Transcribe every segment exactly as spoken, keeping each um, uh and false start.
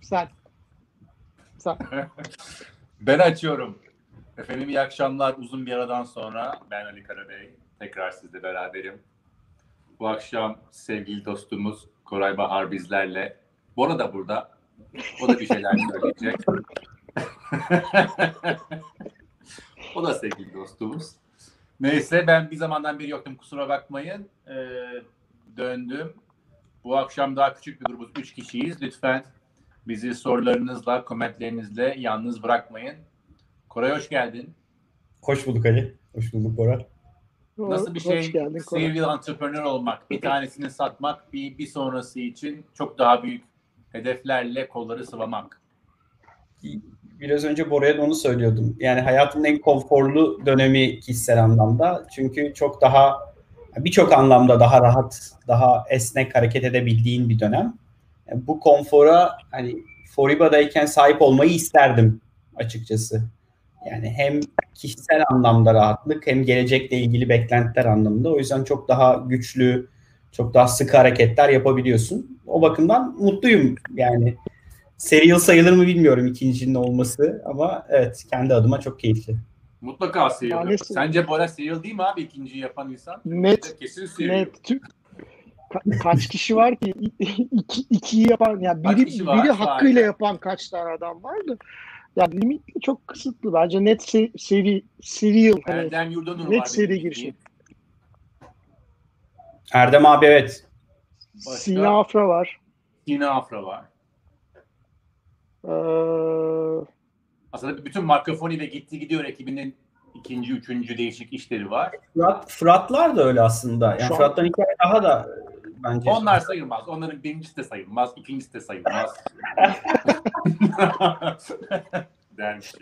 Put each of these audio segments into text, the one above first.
Sen. Sen. Ben açıyorum. Efendim iyi akşamlar. Uzun bir aradan sonra ben Ali Karabey. Tekrar sizle beraberim. Bu akşam sevgili dostumuz Koray Bahar bizlerle. Bora da burada. O da bir şeyler söyleyecek. O da sevgili dostumuz. Neyse ben bir zamandan beri yoktum. Kusura bakmayın. Ee, döndüm. Bu akşam daha küçük bir grubuz. Üç kişiyiz. Lütfen bizi sorularınızla, komentlerinizle yalnız bırakmayın. Koray hoş geldin. Hoş bulduk Ali. Hoş bulduk Bora. Nasıl bir şey serial entrepreneur olmak? Bir tanesini satmak, bir, bir sonrası için çok daha büyük hedeflerle kolları sıvamak. Biraz önce Bora'ya da onu söylüyordum. Yani hayatımın en konforlu dönemi kişisel anlamda. Çünkü çok daha, birçok anlamda daha rahat, daha esnek hareket edebildiğin bir dönem. Yani bu konfora hani Foriba'dayken sahip olmayı isterdim açıkçası. Yani hem kişisel anlamda rahatlık hem gelecekle ilgili beklentiler anlamında. O yüzden çok daha güçlü, çok daha sıkı hareketler yapabiliyorsun. O bakımdan mutluyum. Yani serial sayılır mı bilmiyorum ikincinin olması ama evet kendi adıma çok keyifli. Mutlaka serial. Sence Bora serial değil mi abi ikinciyi yapan insan? Net. Kesin serial. Net. Ka- kaç kişi var ki iki, ikiyi yapan yani biri, biri hakkıyla yapan kaç tane adam vardı? Ya limit çok kısıtlı. Bence net se- seri serial. Erdem Yurdanur net var. seri girişim. Erdem abi evet. Başka? Sina Afra var. Sina Afra var. Ee... Aslında bütün Markafoni ve Gitti Gidiyor ekibinin ikinci, üçüncü değişik işleri var. Fırat, Fıratlar da öyle aslında. Yani Fırat'tan hikaye daha da bence. Onlar sayılmaz. Onların birincisi de sayılmaz. İkincisi de sayılmaz. Dermiş.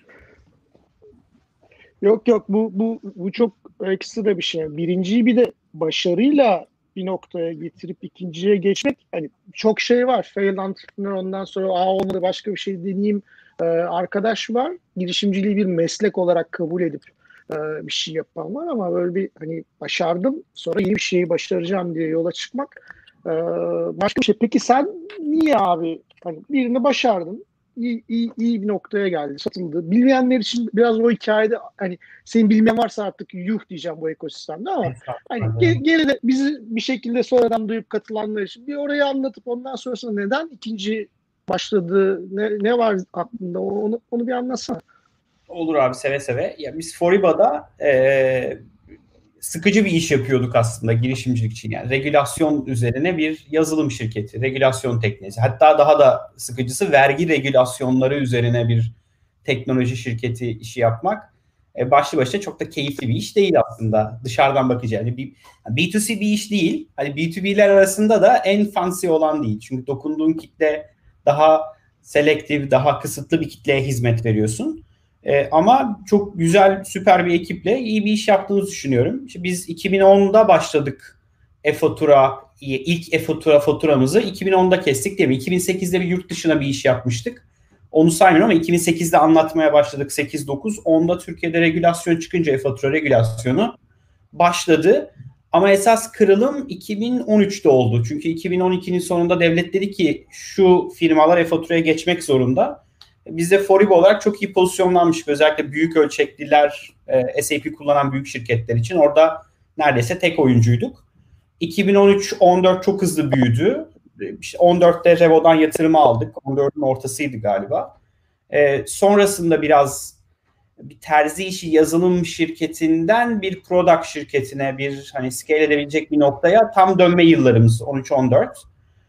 Yok yok bu bu bu çok ekstra bir şey. Birinciyi bir de başarıyla bir noktaya getirip ikinciye geçmek hani çok şey var. Fail entrepreneur ondan sonra aa onları başka bir şey deneyeyim ee, arkadaş var. Girişimciliği bir meslek olarak kabul edip e, bir şey yapan var ama böyle bir hani başardım sonra yeni bir şeyi başaracağım diye yola çıkmak e, başka bir şey. Peki sen niye abi hani birini başardın? İyi, iyi, iyi bir noktaya geldi, satıldı. Bilmeyenler için biraz o hikayede hani senin bilmeyen varsa artık yuh diyeceğim bu ekosistemde ama hani ge- geride bizi bir şekilde sonradan duyup katılanlar için bir orayı anlatıp ondan sonrasında neden ikinci başladı, ne, ne var aklında onu, onu bir anlatsana. Olur abi seve seve. Ya biz Foriba'da e, sıkıcı bir iş yapıyorduk aslında girişimcilik için. Yani regülasyon üzerine bir yazılım şirketi, regülasyon teknolojisi. Hatta daha da sıkıcısı vergi regülasyonları üzerine bir teknoloji şirketi işi yapmak. E, başlı başına çok da keyifli bir iş değil aslında dışarıdan bakınca. Yani bir, B iki C bir iş değil. Hani B iki B'ler arasında da en fancy olan değil. Çünkü dokunduğun kitle daha selektif, daha kısıtlı bir kitleye hizmet veriyorsun. Ee, ama çok güzel, süper bir ekiple iyi bir iş yaptığımızı düşünüyorum. İşte biz iki bin onda başladık e-fatura, ilk e-fatura faturamızı iki bin onda kestik değil mi? iki bin sekizde bir yurt dışına bir iş yapmıştık. Onu saymıyorum ama iki bin sekizde anlatmaya başladık sekiz dokuz. onda Türkiye'de regülasyon çıkınca e-fatura regülasyonu başladı. Ama esas kırılım iki bin on üçte oldu. Çünkü iki bin on ikinin sonunda devlet dedi ki şu firmalar e-faturaya geçmek zorunda. Biz de Foriba olarak çok iyi pozisyonlanmıştık. Özellikle büyük ölçekliler, e, S A P kullanan büyük şirketler için orada neredeyse tek oyuncuyduk. iki bin on üç on dört çok hızlı büyüdü. İşte on dörtte Revo'dan yatırımı aldık. on dördün ortasıydı galiba. E, sonrasında biraz bir terzi işi yazılım şirketinden bir product şirketine bir hani scale edebilecek bir noktaya tam dönme yıllarımız on üç on dört.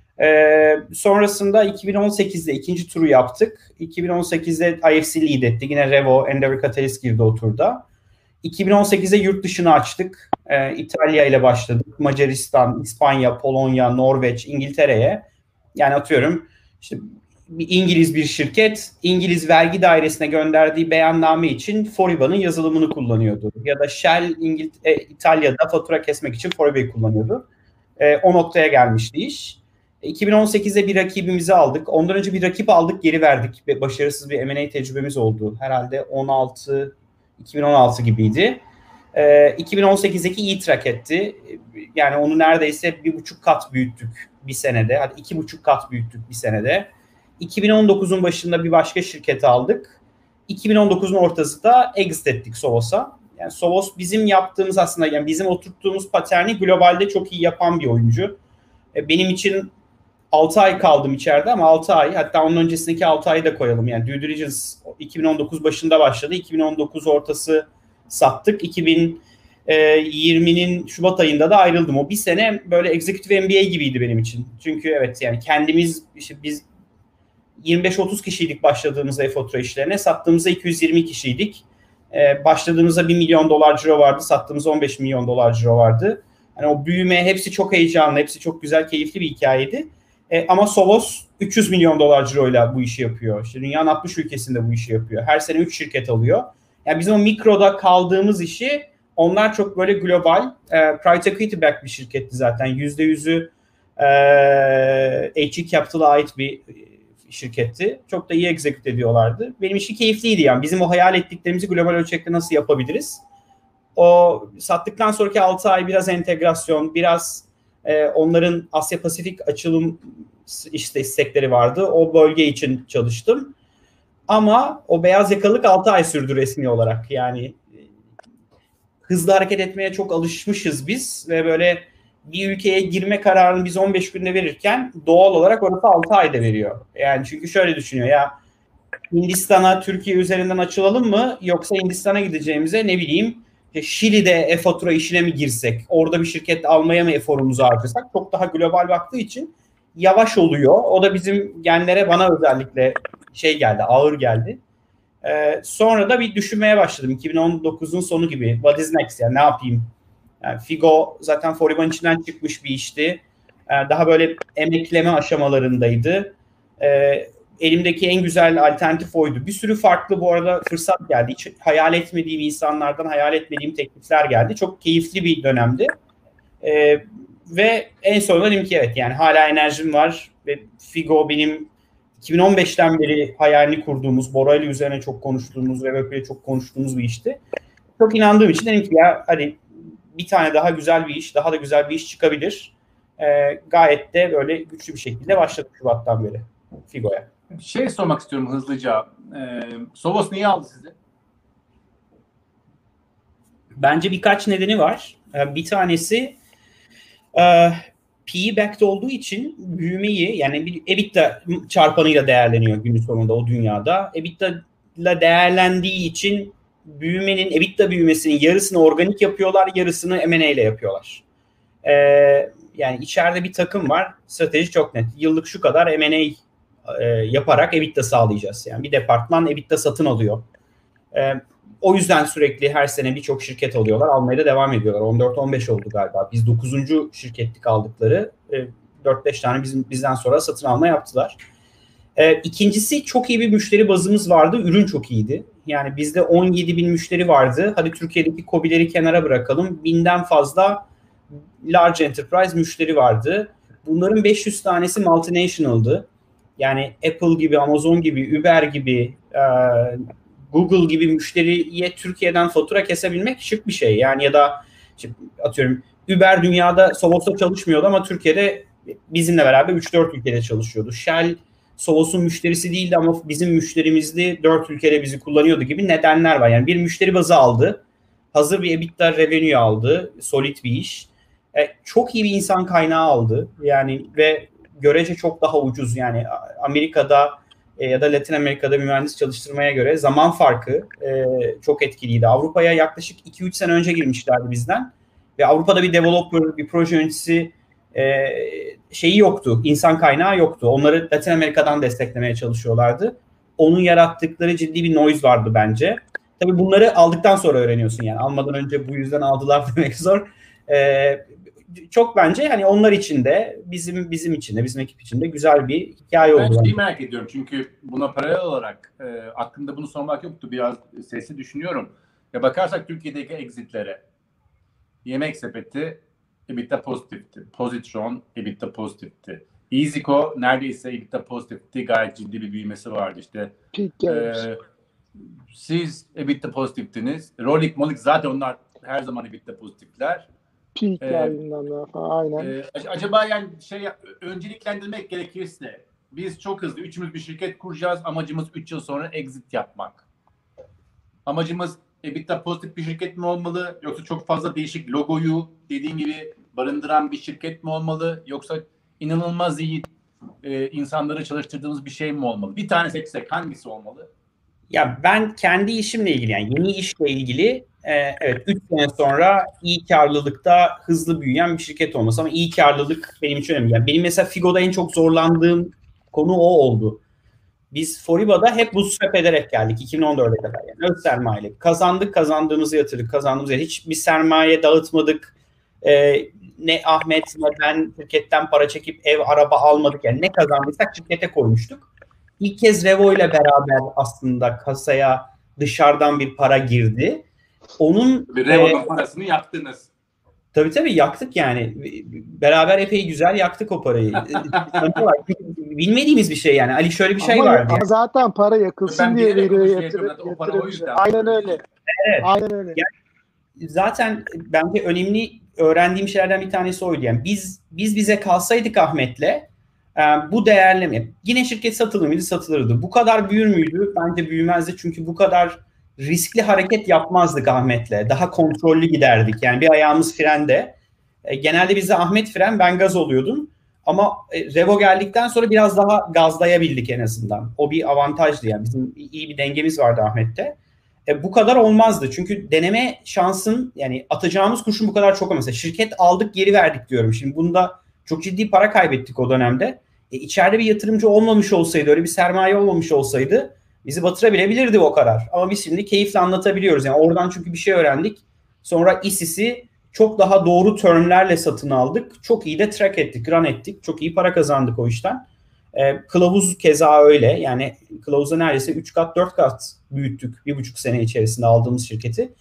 Ee, sonrasında iki bin on sekizde ikinci turu yaptık. iki bin on sekizde I F C lead etti. Yine Revo, Endeavor Catalyst girdi o turda. iki bin on sekizde yurt dışını açtık. Ee, İtalya ile başladık. Macaristan, İspanya, Polonya, Norveç, İngiltere'ye. Yani atıyorum işte bir İngiliz bir şirket İngiliz vergi dairesine gönderdiği beyanname için Foriba'nın yazılımını kullanıyordu. Ya da Shell İngilt- e, İtalya'da fatura kesmek için Foriba'yı kullanıyordu. E, o noktaya gelmişti iş. iki bin on sekizde bir rakibimizi aldık. Ondan önce bir rakip aldık, geri verdik. Başarısız bir M and A tecrübemiz oldu. Herhalde on altı iki bin on altı gibiydi. Ee, iki bin on sekizdeki iyi track etti. Yani onu neredeyse bir buçuk kat büyüttük bir senede. Hadi iki buçuk kat büyüttük bir senede. iki bin on dokuzun başında bir başka şirket aldık. iki bin on dokuzun ortası da exit ettik Sovos'a. Yani Sovos bizim yaptığımız aslında yani bizim oturttuğumuz paterni globalde çok iyi yapan bir oyuncu. Benim için altı ay kaldım içeride ama altı ay, hatta onun öncesindeki altı ayı da koyalım. Yani due diligence iki bin on dokuz başında başladı. iki bin on dokuz ortası sattık. iki bin yirminin Şubat ayında da ayrıldım. O bir sene böyle executive M B A gibiydi benim için. Çünkü evet yani kendimiz işte biz yirmi beş otuz kişiydik başladığımızda e-fatura işlerine. Sattığımızda iki yüz yirmi kişiydik. Ee, başladığımızda bir milyon dolar ciro vardı. Sattığımızda on beş milyon dolar ciro vardı. Yani o büyüme hepsi çok heyecanlı. Hepsi çok güzel, keyifli bir hikayeydi. Ee, ama Sovos üç yüz milyon dolar ciroyla bu işi yapıyor. İşte dünyanın altmış ülkesinde bu işi yapıyor. Her sene üç şirket alıyor. Yani bizim o mikroda kaldığımız işi onlar çok böyle global. E, private equity backed bir şirketti zaten. yüzde yüzü e, H G Capital'a ait bir şirketti. Çok da iyi execute ediyorlardı. Benim işi keyifliydi yani. Bizim o hayal ettiklerimizi global ölçekte nasıl yapabiliriz? O sattıktan sonraki altı ay biraz entegrasyon, biraz e, onların Asya Pasifik açılım işte istekleri vardı. O bölge için çalıştım. Ama o beyaz yakalık altı ay sürdü resmi olarak. Yani hızlı hareket etmeye çok alışmışız biz ve böyle bir ülkeye girme kararını biz on beş günde verirken doğal olarak orası altı ayda veriyor. Yani çünkü şöyle düşünüyor ya, Hindistan'a Türkiye üzerinden açılalım mı yoksa Hindistan'a gideceğimize ne bileyim Şili'de e-fatura işine mi girsek, orada bir şirket almaya mı eforumuzu harcasak, çok daha global baktığı için yavaş oluyor. O da bizim genlere, bana özellikle şey geldi, ağır geldi. Ee, sonra da bir düşünmeye başladım. iki bin on dokuzun sonu gibi. What is next? Yani ne yapayım? Yani Figo zaten Foriba'nın içinden çıkmış bir işti. Ee, daha böyle emekleme aşamalarındaydı. Ee, elimdeki en güzel alternatif oydu. Bir sürü farklı bu arada fırsat geldi. Hiç hayal etmediğim insanlardan hayal etmediğim teklifler geldi. Çok keyifli bir dönemdi. Ee, ve en sonunda dedim ki evet yani hala enerjim var ve Figo benim iki bin on beşten beri hayalini kurduğumuz, Bora'yla üzerine çok konuştuğumuz ve böyle çok konuştuğumuz bir işti. Çok inandığım için dedim ki ya hadi bir tane daha güzel bir iş, daha da güzel bir iş çıkabilir. Ee, gayet de böyle güçlü bir şekilde başladık Şubat'tan beri Figo'ya. Şey sormak istiyorum hızlıca. Ee, Sovos niye aldı sizi? Bence birkaç nedeni var. Ee, bir tanesi e, P E backed olduğu için büyümeyi, yani bir EBITDA çarpanıyla değerleniyor günün sonunda o dünyada. EBITDA ile değerlendiği için büyümenin, EBITDA büyümesinin yarısını organik yapıyorlar, yarısını M and A ile yapıyorlar. Ee, yani içeride bir takım var. Strateji çok net. Yıllık şu kadar M and A e, yaparak EBITDA sağlayacağız. Yani bir departman EBITDA satın alıyor. Ee, o yüzden sürekli her sene birçok şirket alıyorlar. Almaya da devam ediyorlar. on dört on beş oldu galiba. Biz dokuzuncu şirketlik aldıkları. E, dört beş tane bizim bizden sonra satın alma yaptılar. E, ikincisi çok iyi bir müşteri bazımız vardı. Ürün çok iyiydi. Yani bizde on yedi bin müşteri vardı. Hadi Türkiye'deki KOBİ'leri kenara bırakalım. Binden fazla large enterprise müşteri vardı. Bunların beş yüz tanesi multinational'dı. Yani Apple gibi, Amazon gibi, Uber gibi, e, Google gibi müşteriye Türkiye'den fatura kesebilmek şık bir şey. Yani ya da işte atıyorum Uber dünyada Sovos'ta çalışmıyordu ama Türkiye'de bizimle beraber üç dört ülkede çalışıyordu. Shell Sovos'un müşterisi değildi ama bizim müşterimizdi. dört ülkede bizi kullanıyordu gibi nedenler var. Yani bir müşteri bazı aldı. Hazır bir EBITDA revenue aldı. Solid bir iş. E, çok iyi bir insan kaynağı aldı. Yani ve görece çok daha ucuz. Yani Amerika'da ya da Latin Amerika'da mühendis çalıştırmaya göre zaman farkı e, çok etkiliydi. Avrupa'ya yaklaşık iki üç sene önce girmişlerdi bizden. Ve Avrupa'da bir developer, bir proje yöneticisi e, şeyi yoktu. İnsan kaynağı yoktu. Onları Latin Amerika'dan desteklemeye çalışıyorlardı. Onun yarattıkları ciddi bir noise vardı bence. Tabii bunları aldıktan sonra öğreniyorsun yani. Almadan önce bu yüzden aldılar demek zor. E, çok bence hani onlar için de bizim bizim için de bizim ekip için de güzel bir hikaye oldu. Ben şeyi merak ediyorum çünkü buna paralel olarak e, aklımda bunu sormak yoktu. Biraz sesli düşünüyorum. Ya bakarsak Türkiye'deki exitlere Yemek Sepeti EBITDA pozitifti. Positron EBITDA pozitifti. EasyCo neredeyse EBITDA pozitifti. Gayet ciddi bir büyümesi vardı işte. E, siz EBITDA pozitiftiniz. Rolik Molik zaten onlar her zaman EBITDA pozitifler. Peak'ler bilmem ne falan aynen. E, acaba yani şey önceliklendirmek gerekirse biz çok hızlı üçümüz bir şirket kuracağız. Amacımız üç yıl sonra exit yapmak. Amacımız EBITDA pozitif bir şirket mi olmalı? Yoksa çok fazla değişik logoyu dediğin gibi barındıran bir şirket mi olmalı? Yoksa inanılmaz iyi e, insanları çalıştırdığımız bir şey mi olmalı? Bir tane seçsek hangisi olmalı? Ya ben kendi işimle ilgili, yani yeni işle ilgili e, evet üç sene sonra iyi karlılıkta hızlı büyüyen bir şirket olması, ama iyi karlılık benim için önemli. Yani benim mesela Figo'da en çok zorlandığım konu o oldu. Biz Foriba'da hep bootstrap ederek geldik iki bin on dörde kadar. Yani öz sermayeyle. Kazandık, kazandığımızı yatırdık, kazandığımızı yatırdık. Hiçbir sermaye dağıtmadık. Ee, ne Ahmet ne ben şirketten para çekip ev, araba almadık. Yani ne kazandıysak şirkete koymuştuk. İlk kez Revo ile beraber aslında kasaya dışarıdan bir para girdi. Onun Revo'nun e, parasını yaktınız. Tabii tabii yaktık yani. Beraber epey güzel yaktık o parayı. Bilmediğimiz bir şey yani. Ali şöyle bir şey ama, var. Ama yani. zaten para yakılsın ben diye veriyor şey yatırım. O para o yüzden. Aynen öyle. Evet. Aynen öyle. Yani, zaten bence önemli öğrendiğim şeylerden bir tanesi oydu. Yani biz biz bize kalsaydık Ahmet'le bu değerleme, yine şirket satılır mıydı? Satılırdı. Bu kadar büyür müydü? Bence büyümezdi. Çünkü bu kadar riskli hareket yapmazdık Ahmet'le. Daha kontrollü giderdik. Yani bir ayağımız frende. E, genelde bizde Ahmet fren, ben gaz oluyordum. Ama e, Revo geldikten sonra biraz daha gazlayabildik en azından. O bir avantajdı yani. Bizim iyi bir dengemiz vardı Ahmet'te. E, bu kadar olmazdı. Çünkü deneme şansın, yani atacağımız kurşun bu kadar çok. Mesela şirket aldık geri verdik diyorum. Şimdi bunda çok ciddi para kaybettik o dönemde. E, içeride bir yatırımcı olmamış olsaydı, öyle bir sermaye olmamış olsaydı bizi batırabilebilirdi o karar. Ama biz şimdi keyifle anlatabiliyoruz. Yani oradan çünkü bir şey öğrendik. Sonra İSİS'i çok daha doğru termlerle satın aldık. Çok iyi de track ettik, run ettik. Çok iyi para kazandık o işten. E, Kılavuz keza öyle. Yani Kılavuz'da neredeyse üç kat, dört kat büyüttük bir buçuk sene içerisinde aldığımız şirketi.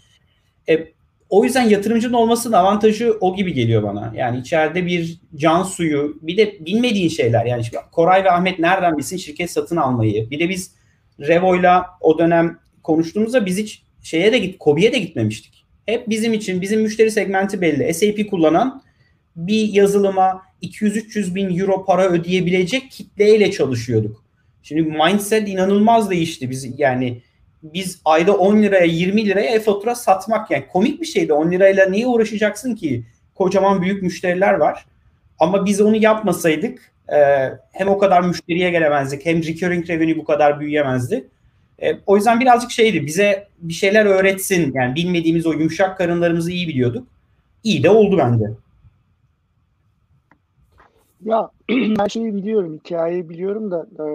E, o yüzden yatırımcının olmasının avantajı o gibi geliyor bana. Yani içeride bir can suyu, bir de bilmediğin şeyler. Yani şimdi Koray ve Ahmet nereden bilsin şirket satın almayı? Bir de biz Revo'yla o dönem konuştuğumuzda biz hiç şeye de git, KOBİ'ye de gitmemiştik. Hep bizim için, bizim müşteri segmenti belli. S A P kullanan bir yazılıma iki yüz üç yüz bin euro para ödeyebilecek kitleyle çalışıyorduk. Şimdi mindset inanılmaz değişti. Biz yani biz ayda on liraya yirmi liraya e-fatura satmak, yani komik bir şeydi. on lirayla niye uğraşacaksın ki? Kocaman büyük müşteriler var. Ama biz onu yapmasaydık e, hem o kadar müşteriye gelemezdik, hem recurring revenue bu kadar büyüyemezdi. E, o yüzden birazcık şeydi, bize bir şeyler öğretsin. Yani bilmediğimiz o yumuşak karınlarımızı iyi biliyorduk. İyi de oldu bence. Ya ben şeyi biliyorum, hikayeyi biliyorum da e,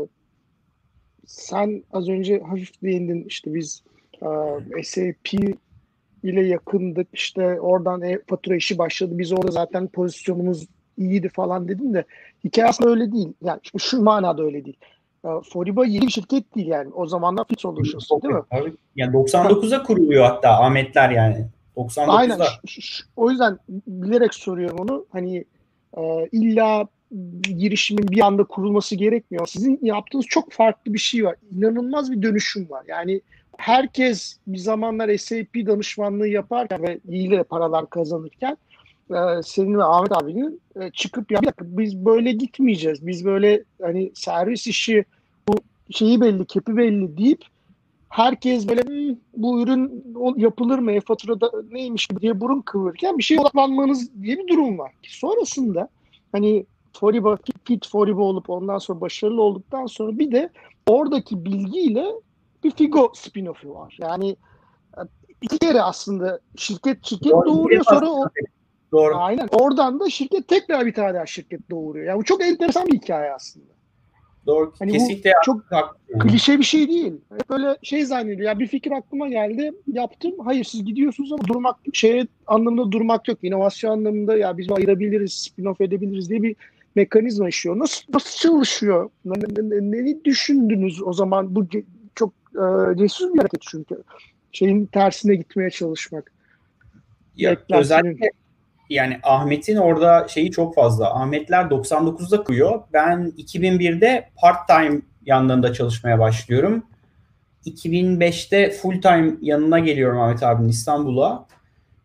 sen az önce hafif değindin, işte biz e, S A P ile yakındık, işte oradan e-fatura işi başladı, biz orada zaten pozisyonumuz iyiydi falan dedin de hikaye aslında öyle değil. Yani şu, şu manada öyle değil. E, Foriba yeni bir şirket değil yani. O zamanlar Fit Solutions değil mi? Tabii. Yani doksan dokuza kuruluyor hatta Ahmetler yani. doksan dokuzda. Aynen. Şu, şu, o yüzden bilerek soruyorum onu. Hani e, illa girişimin bir anda kurulması gerekmiyor. Sizin yaptığınız çok farklı bir şey var. İnanılmaz bir dönüşüm var. Yani herkes bir zamanlar S A P danışmanlığı yaparken ve iyi de paralar kazanırken e, senin ve Ahmet abinin e, çıkıp ya bir dakika, biz böyle gitmeyeceğiz. Biz böyle hani servis işi, bu şeyi belli, kepi belli deyip herkes böyle bu ürün yapılır mı, e-faturada neymiş diye burun kıvırırken bir şeye odaklanmanız diye bir durum var. Sonrasında hani Foriba, Fit Foriba olup ondan sonra başarılı olduktan sonra bir de oradaki bilgiyle bir Figo spin-off'u var. Yani iki kere aslında şirket şirket Doğru, doğuruyor, sonra o Doğru. Aynen. Oradan da şirket tekrar bir tane daha şirket doğuruyor. Yani bu çok enteresan bir hikaye aslında. Doğru. Hani kesinlikle çok klişe bir şey değil. Böyle şey zannediyor. Ya bir fikir aklıma geldi, yaptım. Hayır, siz gidiyorsunuz ama durmak, şey anlamında durmak yok. İnovasyon anlamında ya biz ayırabiliriz, spin-off edebiliriz diye bir mekanizma işliyor. Nasıl nasıl çalışıyor? Ne, ne, ne düşündünüz o zaman? Bu çok e, cesur bir hareket çünkü. Şeyin tersine gitmeye çalışmak. Ya, özellikle yani Ahmet'in orada şeyi çok fazla. Ahmetler doksan dokuzda kuruyor. Ben iki bin birde part-time yanlarında çalışmaya başlıyorum. iki bin beşte full-time yanına geliyorum Ahmet abinin İstanbul'a.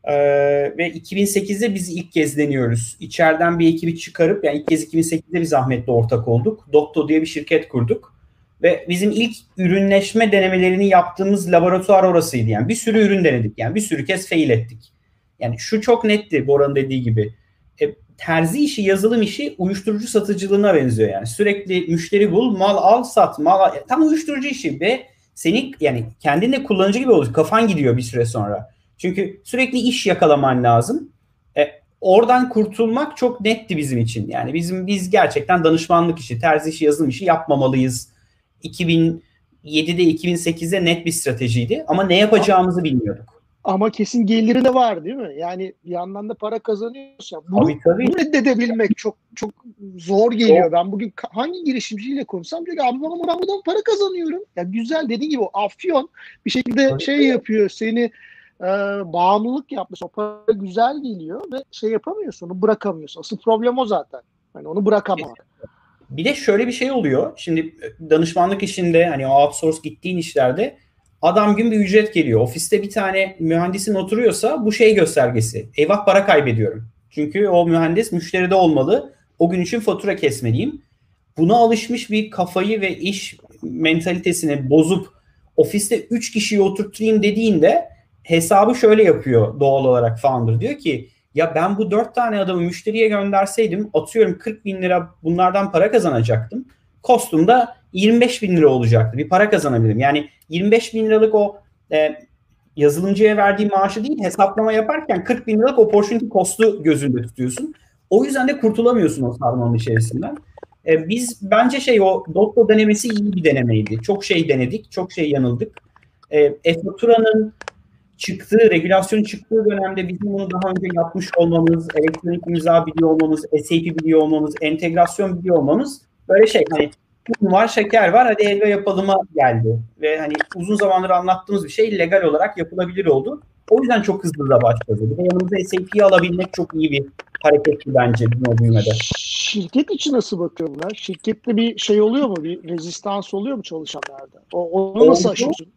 Ee, ve iki bin sekizde biz ilk kez deniyoruz. İçeriden bir ekibi çıkarıp, yani ilk kez iki bin sekizde biz Ahmet'le ortak olduk. Dotto diye bir şirket kurduk. Ve bizim ilk ürünleşme denemelerini yaptığımız laboratuvar orasıydı. Yani bir sürü ürün denedik. Yani bir sürü kez fail ettik. Yani şu çok netti Bora'nın dediği gibi. E, terzi işi, yazılım işi uyuşturucu satıcılığına benziyor yani. Sürekli müşteri bul, mal al, sat. Mal al. Tam uyuşturucu işi ve senin yani kendin de kullanıcı gibi oluyor. Kafan gidiyor bir süre sonra. Çünkü sürekli iş yakalaman lazım. E, oradan kurtulmak çok netti bizim için. Yani bizim biz gerçekten danışmanlık işi, terzi işi, yazılım işi yapmamalıyız. iki bin yedide iki bin sekizde net bir stratejiydi ama ne yapacağımızı bilmiyorduk. Ama kesin geliri de var değil mi? Yani bir yandan da para kazanıyorsa bunu, Tabii, tabii. bunu reddedebilmek çok çok zor geliyor. Ben bugün hangi girişimciyle konuşsam diyor ki abi bana ben buradan para kazanıyorum. Ya güzel, dediğin gibi o afyon bir şekilde Tabii. şey yapıyor, seni e, bağımlılık yapmış. O para güzel geliyor ve şey yapamıyorsun, onu bırakamıyorsun. Asıl problem o zaten. Yani onu bırakamamak. Bir de şöyle bir şey oluyor. Şimdi danışmanlık işinde, hani outsource gittiğin işlerde adam gün bir ücret geliyor. Ofiste bir tane mühendisin oturuyorsa bu şey göstergesi. Eyvah, para kaybediyorum. Çünkü o mühendis müşteride olmalı. O gün için fatura kesmeliyim. Buna alışmış bir kafayı ve iş mentalitesini bozup ofiste üç kişiyi oturtayım dediğinde hesabı şöyle yapıyor doğal olarak founder. Diyor ki ya ben bu dört tane adamı müşteriye gönderseydim atıyorum kırk bin lira bunlardan para kazanacaktım. Kostum da yirmi beş bin lira olacaktı. Bir para kazanabilirim. Yani yirmi beş bin liralık o e, yazılımcıya verdiği maaşı değil, hesaplama yaparken kırk bin liralık opportunity cost'u gözünde tutuyorsun. O yüzden de kurtulamıyorsun o sarmalın içerisinden. E, biz bence şey o Dotto denemesi iyi bir denemeydi. Çok şey denedik, çok şey yanıldık. E, e-fatura'nın çıktığı, regülasyon çıktığı dönemde bizim bunu daha önce yapmış olmamız, elektronik imza biliyor olmamız, S A P biliyor olmamız, entegrasyon biliyor olmamız böyle şey hani un var, şeker var, hadi helva yapılıma geldi. Ve hani uzun zamandır anlattığımız bir şey legal olarak yapılabilir oldu. O yüzden çok hızlı da başladı. Bir de yanımıza S A P'yi alabilmek çok iyi bir hareketti bence bu büyümede. Şirket içi nasıl bakıyor buna? Şirkette bir şey oluyor mu? Bir rezistans oluyor mu çalışanlarda? O, onu nasıl aşıyorsun?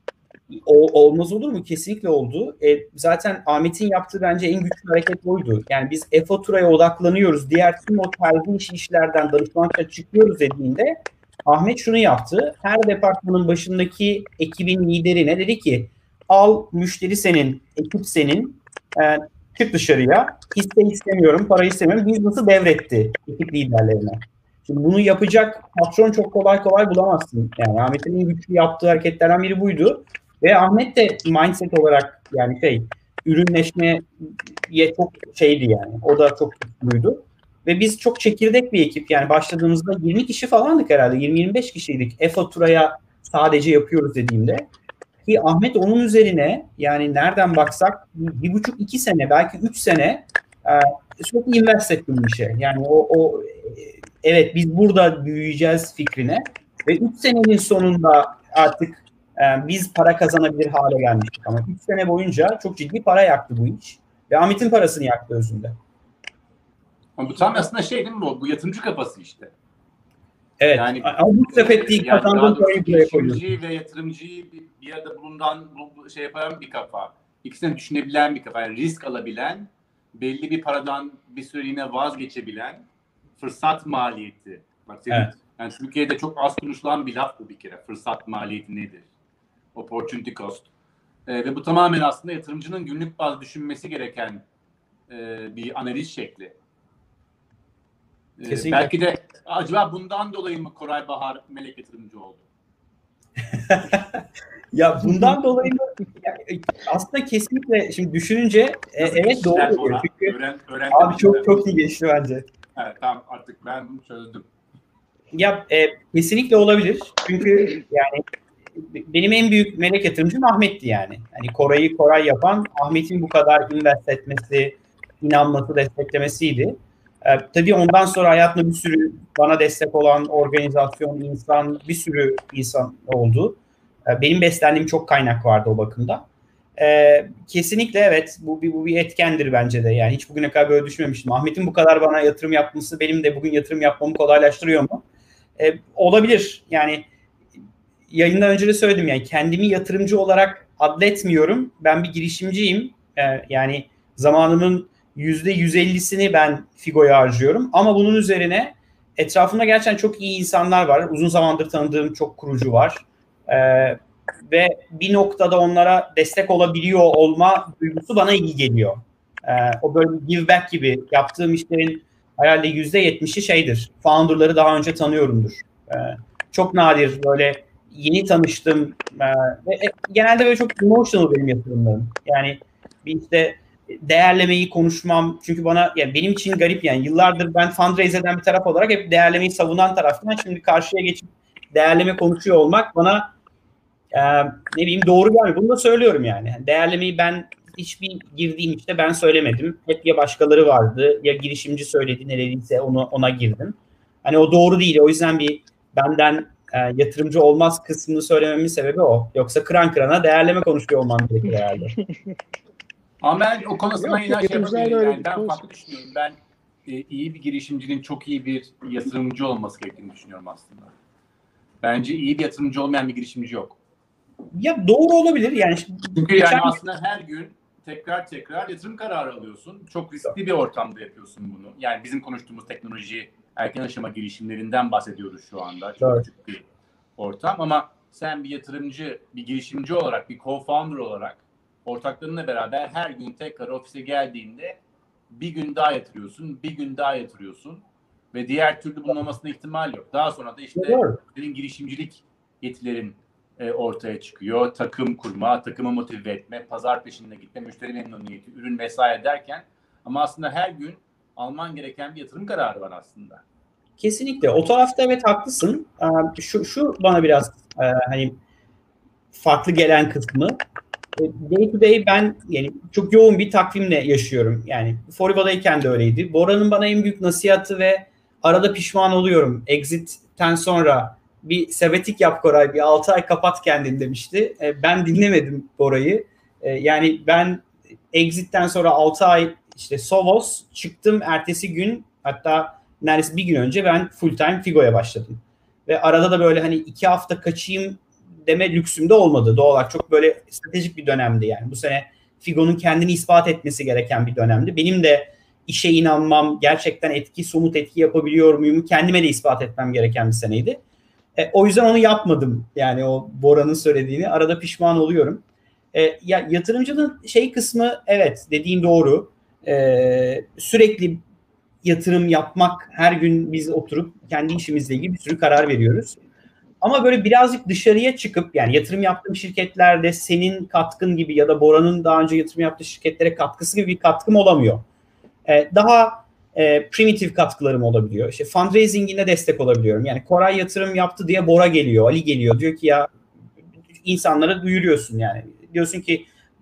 O, olmaz olur mu? Kesinlikle oldu. E, zaten Ahmet'in yaptığı bence en güçlü hareket buydu. Yani biz e-faturaya odaklanıyoruz. Diğer tüm o terzi iş işlerden danışmanlıkla çıkıyoruz dediğinde Ahmet şunu yaptı. Her departmanın başındaki ekibin liderine dedi ki al, müşteri senin, ekip senin, e, çık dışarıya. İste istemiyorum, para istemiyorum. Business'ı devretti ekip liderlerine. Şimdi bunu yapacak patron çok kolay kolay bulamazsın. Yani Ahmet'in en güçlü yaptığı hareketlerden biri buydu. Ve Ahmet de mindset olarak yani şey ürünleşmeye çok şeydi yani. O da çok güçlüydü. Ve biz çok çekirdek bir ekip. Yani başladığımızda yirmi kişi falandık herhalde. yirmi yirmi beş kişiydik. E-faturaya sadece yapıyoruz dediğimde. Ki Ahmet onun üzerine yani nereden baksak bir buçuk iki sene belki üç sene e, sürekli invest ettim bir şey. Yani o, o evet biz burada büyüyeceğiz fikrine ve üç senenin sonunda artık e, biz para kazanabilir hale gelmiştik. Ama üç sene boyunca çok ciddi para yaktı bu iş. Ve Ahmet'in parasını yaktı özünde. Ama bu tam aslında şey değil mi bu? Bu yatırımcı kafası işte. Evet. Yani, ama bu sepetliği yani kazandığın parayı buraya koyuyorsun. girişimci ve yatırımcıyı bir, bir arada bulundan şey yapan bir kafa. İkisini düşünebilen bir kafa. Yani risk alabilen, belli bir paradan bir süreliğine vazgeçebilen, fırsat maliyeti. Bak senin, evet. Yani Türkiye'de çok az konuşulan bir laf bu bir kere. Fırsat maliyeti nedir? Opportunity cost. Ee, ve bu tamamen aslında yatırımcının günlük bazı düşünmesi gereken e, bir analiz şekli. Ee, belki de acaba bundan dolayı mı Koray Bahar melek yatırımcı oldu? Ya bundan dolayı mı? Aslında kesinlikle şimdi düşününce e, evet doğru. Çünkü öğren, abi çok çok iyi geçti bence. Evet, tamam artık ben bunu çözdüm. Ya e, kesinlikle olabilir. Çünkü yani benim en büyük melek yatırımcım Ahmet'ti yani. Hani Koray'ı Koray yapan Ahmet'in bu kadar invest etmesi, inanması, desteklemesiydi. Ee, tabii ondan sonra hayatımda bir sürü bana destek olan organizasyon, insan, bir sürü insan oldu. Ee, benim beslendiğim çok kaynak vardı o bakımda. Ee, kesinlikle evet bu bir, bu bir etkendir bence de. Yani hiç bugüne kadar böyle düşünmemiştim. Ahmet'in bu kadar bana yatırım yapması benim de bugün yatırım yapmamı kolaylaştırıyor mu? Ee, olabilir. Yani yayından önce de söyledim yani kendimi yatırımcı olarak adletmiyorum. Ben bir girişimciyim. Ee, yani zamanımın yüzde yüz ellisini ben Figo'ya harcıyorum. Ama bunun üzerine etrafımda gerçekten çok iyi insanlar var. Uzun zamandır tanıdığım çok kurucu var. Ee, ve bir noktada onlara destek olabiliyor olma duygusu bana iyi geliyor. Ee, o böyle give back gibi yaptığım işlerin herhalde yüzde yetmişi şeydir. Founder'ları daha önce tanıyorumdur. Ee, çok nadir böyle yeni tanıştım. Ee, ve genelde böyle çok emotional benim yatırımlarım. Yani bir işte değerlemeyi konuşmam. Çünkü bana yani benim için garip yani yıllardır ben fundraise eden bir taraf olarak hep değerlemeyi savunan taraftım. Şimdi karşıya geçip değerleme konuşuyor olmak bana e, ne bileyim doğru gelmiyor. Bunu da söylüyorum yani. Değerlemeyi ben hiçbir girdiğim işte ben söylemedim. Hep ya başkaları vardı ya girişimci söyledi neredeyse onu ona girdim. Hani o doğru değil. O yüzden bir benden e, yatırımcı olmaz kısmını söylememin sebebi o. Yoksa kıran kırana değerleme konuşuyor olmam gerekir herhalde. Ama ben o konusunda yine şey yapabilirim. Yani ben konusu. farklı düşünüyorum. Ben e, iyi bir girişimcinin çok iyi bir yatırımcı olması gerektiğini düşünüyorum aslında. Bence iyi bir yatırımcı olmayan bir girişimci yok. Ya doğru olabilir yani. Çünkü yani aslında her gün tekrar tekrar yatırım kararı alıyorsun. Çok riskli bir ortamda yapıyorsun bunu. Yani bizim konuştuğumuz teknoloji erken aşama girişimlerinden bahsediyoruz şu anda. Çok Evet. küçük bir ortam ama sen bir yatırımcı, bir girişimci olarak, bir co-founder olarak ortaklarınla beraber her gün tekrar ofise geldiğinde bir gün daha yatırıyorsun, bir gün daha yatırıyorsun ve diğer türlü bunun olmasına ihtimal yok. Daha sonra da işte Doğru. senin girişimcilik yetilerin e, ortaya çıkıyor. Takım kurma, takımı motive etme, pazar peşinde gitme, müşteri memnuniyeti, ürün vesaire derken ama aslında her gün alman gereken bir yatırım kararı var aslında. Kesinlikle. O tarafta evet haklısın. Ee, Şu, şu bana biraz e, hani farklı gelen kısmı. E, Day to day ben yani çok yoğun bir takvimle yaşıyorum. Yani Foriva'dayken de öyleydi. Bora'nın bana en büyük nasihatı ve arada pişman oluyorum. Exit'ten sonra bir sebetik yap Koray, bir altı ay kapat kendini demişti. E, ben dinlemedim Bora'yı. E, yani ben Exit'ten sonra altı ay işte Sovos çıktım. Ertesi gün hatta neredeyse bir gün önce ben full time Figo'ya başladım. Ve arada da böyle hani iki hafta kaçayım deme lüksüm de olmadı. Doğal olarak çok böyle stratejik bir dönemdi yani. Bu sene Figo'nun kendini ispat etmesi gereken bir dönemdi. Benim de işe inanmam, gerçekten etki, somut etki yapabiliyor muyum kendime de ispat etmem gereken bir seneydi. E, o yüzden onu yapmadım. Yani o Bora'nın söylediğini arada pişman oluyorum. E, ya yatırımcının şey kısmı evet dediğin doğru. E, sürekli yatırım yapmak, her gün biz oturup kendi işimizle ilgili bir sürü karar veriyoruz. Ama böyle birazcık dışarıya çıkıp yani yatırım yaptığım şirketlerde senin katkın gibi ya da Bora'nın daha önce yatırım yaptığı şirketlere katkısı gibi bir katkım olamıyor. Ee, daha e, primitif katkılarım olabiliyor. İşte fundraising'ine destek olabiliyorum. Yani Koray yatırım yaptı diye Bora geliyor, Ali geliyor. Diyor ki ya insanlara duyuruyorsun yani. Diyorsun ki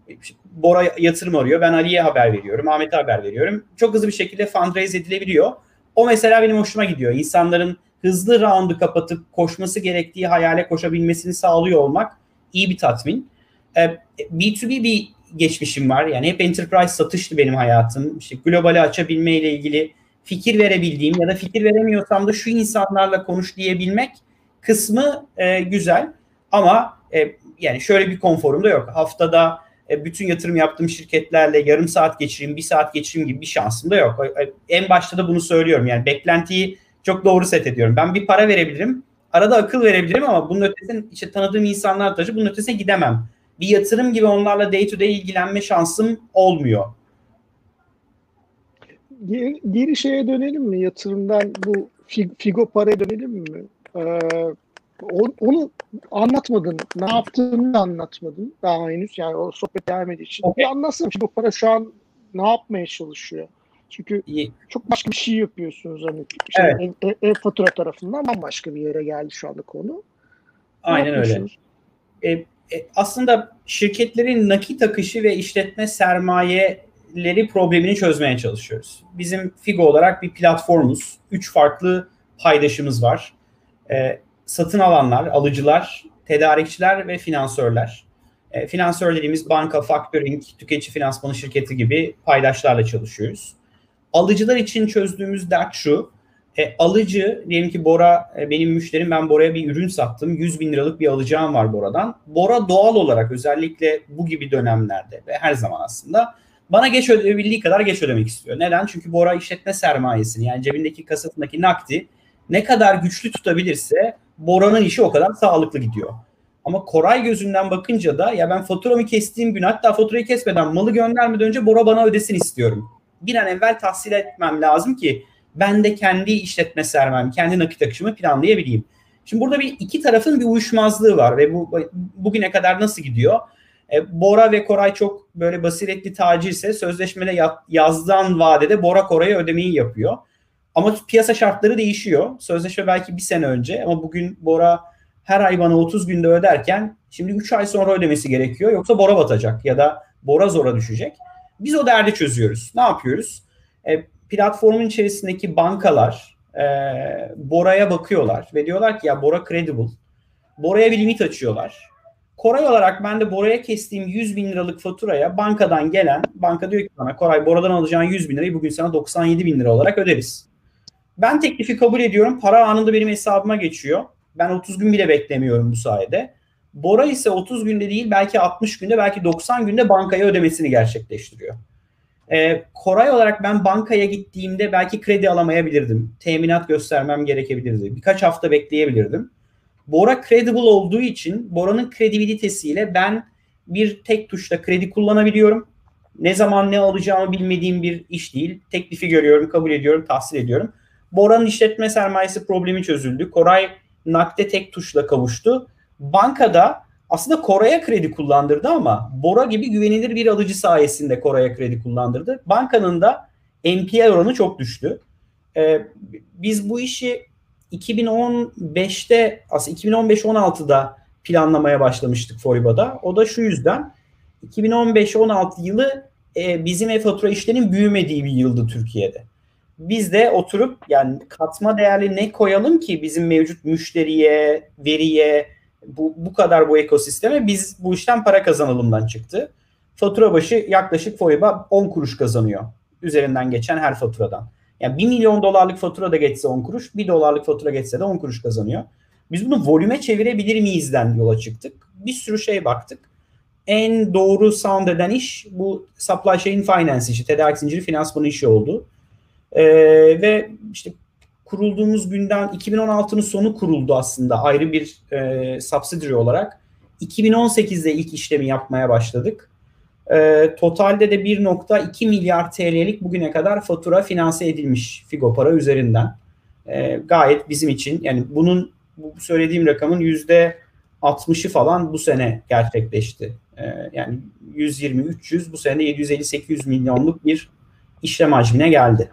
Bora yatırım arıyor. Ben Ali'ye haber veriyorum. Ahmet'e haber veriyorum. Çok hızlı bir şekilde fundraise edilebiliyor. O mesela benim hoşuma gidiyor. İnsanların hızlı roundu kapatıp koşması gerektiği hayale koşabilmesini sağlıyor olmak iyi bir tatmin. B iki B bir geçmişim var. Yani hep enterprise satıştı benim hayatım. İşte globali açabilmeyle ilgili fikir verebildiğim ya da fikir veremiyorsam da şu insanlarla konuş diyebilmek kısmı e, güzel. Ama e, yani şöyle bir konforum da yok. Haftada e, bütün yatırım yaptığım şirketlerle yarım saat geçireyim, bir saat geçireyim gibi bir şansım da yok. E, en başta da bunu söylüyorum. Yani beklentiyi çok doğru set ediyorum. Ben bir para verebilirim, arada akıl verebilirim ama bunun ötesine işte tanıdığım insanlar taşı bunun ötesine gidemem. Bir yatırım gibi onlarla day to day ilgilenme şansım olmuyor. Geri, geri şeye dönelim mi? Yatırımdan bu Figo paraya dönelim mi? Ee, onu anlatmadın. Ne yaptığını anlatmadın daha henüz. Yani o sohbet devam ettiği için. Okay. Bir anlatsana Figo para şu an ne yapmaya çalışıyor? Çünkü İyi. çok başka bir şey yapıyorsunuz. Hani işte evet. E-fatura tarafından bambaşka bir yere geldi şu anda konu. Aynen öyle. E, e, aslında şirketlerin nakit akışı ve işletme sermayeleri problemini çözmeye çalışıyoruz. Bizim Figo olarak bir platformuz. Üç farklı paydaşımız var. E, satın alanlar, alıcılar, tedarikçiler ve finansörler. E, finansör dediğimiz banka, factoring, tüketici finansmanı şirketi gibi paydaşlarla çalışıyoruz. Alıcılar için çözdüğümüz dert şu. E, alıcı, diyelim ki Bora e, benim müşterim, ben Bora'ya bir ürün sattım. yüz bin liralık bir alacağım var Bora'dan. Bora doğal olarak özellikle bu gibi dönemlerde ve her zaman aslında Bana geç ödeyebildiği kadar geç ödemek istiyor. Neden? Çünkü Bora işletme sermayesini, yani cebindeki kasasındaki nakdi ne kadar güçlü tutabilirse Bora'nın işi o kadar sağlıklı gidiyor. Ama Koray gözünden bakınca da ya ben faturamı kestiğim gün, hatta faturayı kesmeden malı göndermeden önce Bora bana ödesin istiyorum. Bir an evvel tahsil etmem lazım ki ben de kendi işletme sermayemi, kendi nakit akışımı planlayabileyim. Şimdi burada bir iki tarafın bir uyuşmazlığı var ve bu bugüne kadar nasıl gidiyor? E, Bora ve Koray çok böyle basiretli tacirse sözleşmede yazılan vadede Bora Koray'a ödemeyi yapıyor. Ama piyasa şartları değişiyor. Sözleşme belki bir sene önce ama bugün Bora her ay bana otuz günde öderken şimdi üç ay sonra ödemesi gerekiyor. Yoksa Bora batacak ya da Bora zora düşecek. Biz o derdi çözüyoruz. Ne yapıyoruz? E, platformun içerisindeki bankalar e, Bora'ya bakıyorlar ve diyorlar ki ya Bora credible. Bora'ya bir limit açıyorlar. Koray olarak ben de Bora'ya kestiğim yüz bin liralık faturaya bankadan gelen, banka diyor ki bana Koray Bora'dan alacağın yüz bin lirayı bugün sana doksan yedi bin lira olarak öderiz. Ben teklifi kabul ediyorum. Para anında benim hesabıma geçiyor. Ben otuz gün bile beklemiyorum bu sayede. Bora ise otuz günde değil belki altmış günde belki doksan günde bankaya ödemesini gerçekleştiriyor. Ee, Koray olarak ben bankaya gittiğimde belki kredi alamayabilirdim. Teminat göstermem gerekebilirdi. Birkaç hafta bekleyebilirdim. Bora credible olduğu için Bora'nın kredibilitesiyle ben bir tek tuşla kredi kullanabiliyorum. Ne zaman ne alacağımı bilmediğim bir iş değil. Teklifi görüyorum, kabul ediyorum, tahsil ediyorum. Bora'nın işletme sermayesi problemi çözüldü. Koray nakde tek tuşla kavuştu. Bankada aslında Koray'a kredi kullandırdı ama Bora gibi güvenilir bir alıcı sayesinde Koray'a kredi kullandırdı. Bankanın da N P L oranı çok düştü. Ee, biz bu işi iki bin on beşte aslında iki bin on beş on altıda planlamaya başlamıştık Foriba'da. O da şu yüzden iki bin on beş on altı yılı e, bizim e-fatura işlerinin büyümediği bir yıldı Türkiye'de. Biz de oturup yani katma değerli ne koyalım ki bizim mevcut müşteriye, veriye, bu, bu kadar bu ekosisteme biz bu işten para kazanalımdan çıktı. Fatura başı yaklaşık Foriba on kuruş kazanıyor üzerinden geçen her faturadan. Yani bir milyon dolarlık fatura da geçse on kuruş, bir dolarlık fatura geçse de on kuruş kazanıyor. Biz bunu volüme çevirebilir miyizden yola çıktık. Bir sürü şey baktık. En doğru sound eden iş bu supply chain finance işi, tedarik zinciri finansmanı işi oldu. Ee, ve işte kurulduğumuz günden iki bin on altının sonu kuruldu aslında ayrı bir e, subsidiary olarak. iki bin on sekizde ilk işlemi yapmaya başladık. E, totalde de bir nokta iki milyar T L'lik bugüne kadar fatura finanse edilmiş Figo Para üzerinden. E, gayet bizim için yani bunun bu söylediğim rakamın yüzde altmışı falan bu sene gerçekleşti. E, yani yüz yirmi üç yüz bu sene yedi yüz elli sekiz yüz milyonluk bir işlem hacmine geldi.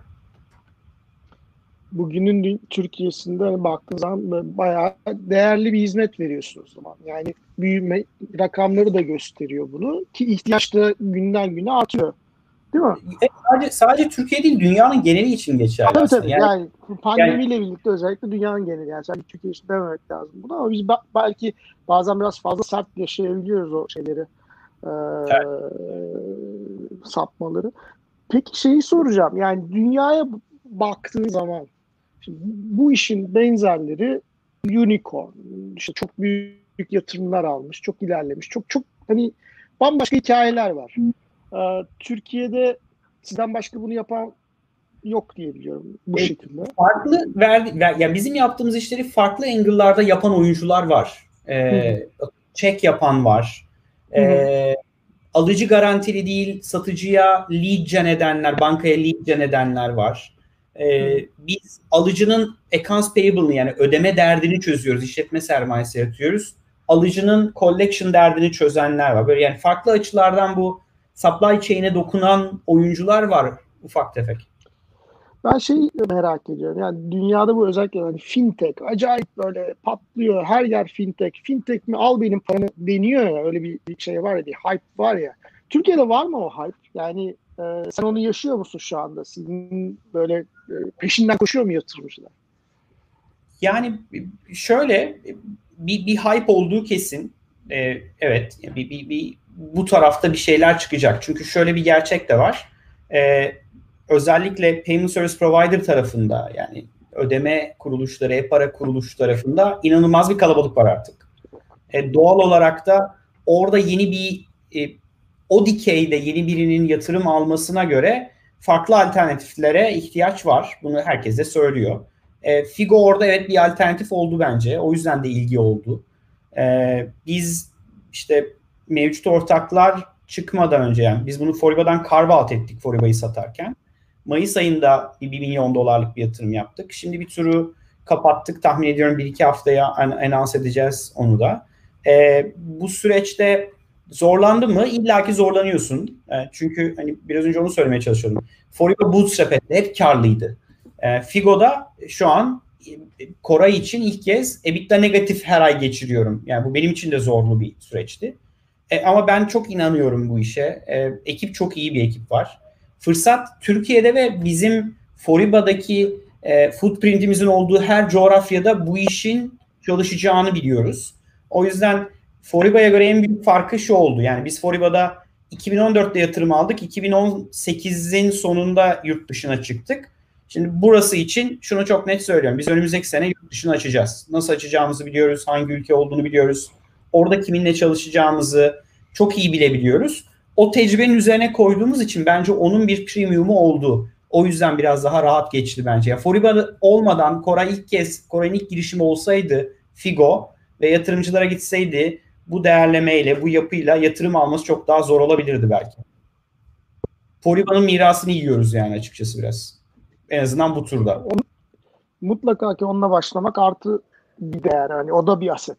Bugünün Türkiye'sinde baktığınız zaman bayağı değerli bir hizmet veriyorsunuz o zaman. Yani büyüme rakamları da gösteriyor bunu ki ihtiyaç da günden güne artıyor. Değil mi? E, sadece, sadece Türkiye değil dünyanın geneli için geçerli tabii, aslında. tabii. Yani, yani pandemiyle yani, birlikte özellikle dünyanın geneli. Yani sadece Türkiye için dememek lazım bunu ama biz belki bazen biraz fazla sert yaşayabiliyoruz o şeyleri. E, evet. sapmaları. Peki şeyi soracağım. Yani dünyaya baktığın zaman şimdi bu işin benzerleri unicorn, işte çok büyük yatırımlar almış, çok ilerlemiş, çok çok hani bambaşka hikayeler var. Ee, Türkiye'de sizden başka bunu yapan yok diye biliyorum bu e, şekilde. Farklı verdi, ver, yani bizim yaptığımız işleri farklı angle'larda yapan oyuncular var. Ee, check yapan var. Ee, alıcı garantili değil, satıcıya lead gen edenler, bankaya lead gen edenler var. Ee, biz alıcının accounts payable'ını yani ödeme derdini çözüyoruz. İşletme sermayesi yaratıyoruz. Alıcının collection derdini çözenler var. Böyle yani farklı açılardan bu supply chain'e dokunan oyuncular var ufak tefek. Ben şeyi merak ediyorum. Yani dünyada bu özellikle yani fintech acayip böyle patlıyor. Her yer fintech. Fintech mi al benim paramı deniyor ya. Öyle bir, bir şey var ya. Bir hype var ya. Türkiye'de var mı o hype? Yani e, sen onu yaşıyor musun şu anda? Sizin böyle e, peşinden koşuyor mu yatırımcılar? Yani şöyle bir, bir hype olduğu kesin. Ee, evet. Bir, bir, bir, bu tarafta bir şeyler çıkacak. Çünkü şöyle bir gerçek de var. Ee, özellikle payment service provider tarafında yani ödeme kuruluşları, e-para kuruluş tarafında inanılmaz bir kalabalık var artık. E, doğal olarak da orada yeni bir e, o dikeyde yeni birinin yatırım almasına göre farklı alternatiflere ihtiyaç var. Bunu herkes de söylüyor. E, Figo orada evet bir alternatif oldu bence. O yüzden de ilgi oldu. E, biz işte mevcut ortaklar çıkmadan önce, yani biz bunu Foriba'dan carve out ettik Foriba'yı satarken. Mayıs ayında bir milyon dolarlık bir yatırım yaptık. Şimdi bir turu kapattık. Tahmin ediyorum bir iki haftaya anons edeceğiz onu da. E, bu süreçte zorlandı mı? İlla ki zorlanıyorsun. E, çünkü hani biraz önce onu söylemeye çalışıyordum. Foriba bootstrap etti. Hep karlıydı. E, Figo'da şu an Koray için ilk kez EBITDA negatif her ay geçiriyorum. Yani bu benim için de zorlu bir süreçti. E, ama ben çok inanıyorum bu işe. E, ekip çok iyi bir ekip var. Fırsat Türkiye'de ve bizim Foriba'daki e, footprintimizin olduğu her coğrafyada bu işin çalışacağını biliyoruz. O yüzden Foriba'ya göre en büyük farkı şu oldu. Yani biz Foriba'da iki bin on dörtte yatırım aldık. iki bin on sekizin sonunda yurt dışına çıktık. Şimdi burası için şunu çok net söylüyorum. Biz önümüzdeki sene yurt dışını açacağız. Nasıl açacağımızı biliyoruz. Hangi ülke olduğunu biliyoruz. Orada kiminle çalışacağımızı çok iyi bilebiliyoruz. O tecrübenin üzerine koyduğumuz için bence onun bir premiumu oldu. O yüzden biraz daha rahat geçti bence. Ya Foriba olmadan Koray ilk kez, Koray'ın ilk girişimi olsaydı Figo ve yatırımcılara gitseydi bu değerlemeyle, bu yapıyla yatırım alması çok daha zor olabilirdi belki. Foriba'nın mirasını yiyoruz yani açıkçası biraz. En azından bu turda. Mutlaka ki onunla başlamak artı bir değer. Yani o da bir aset.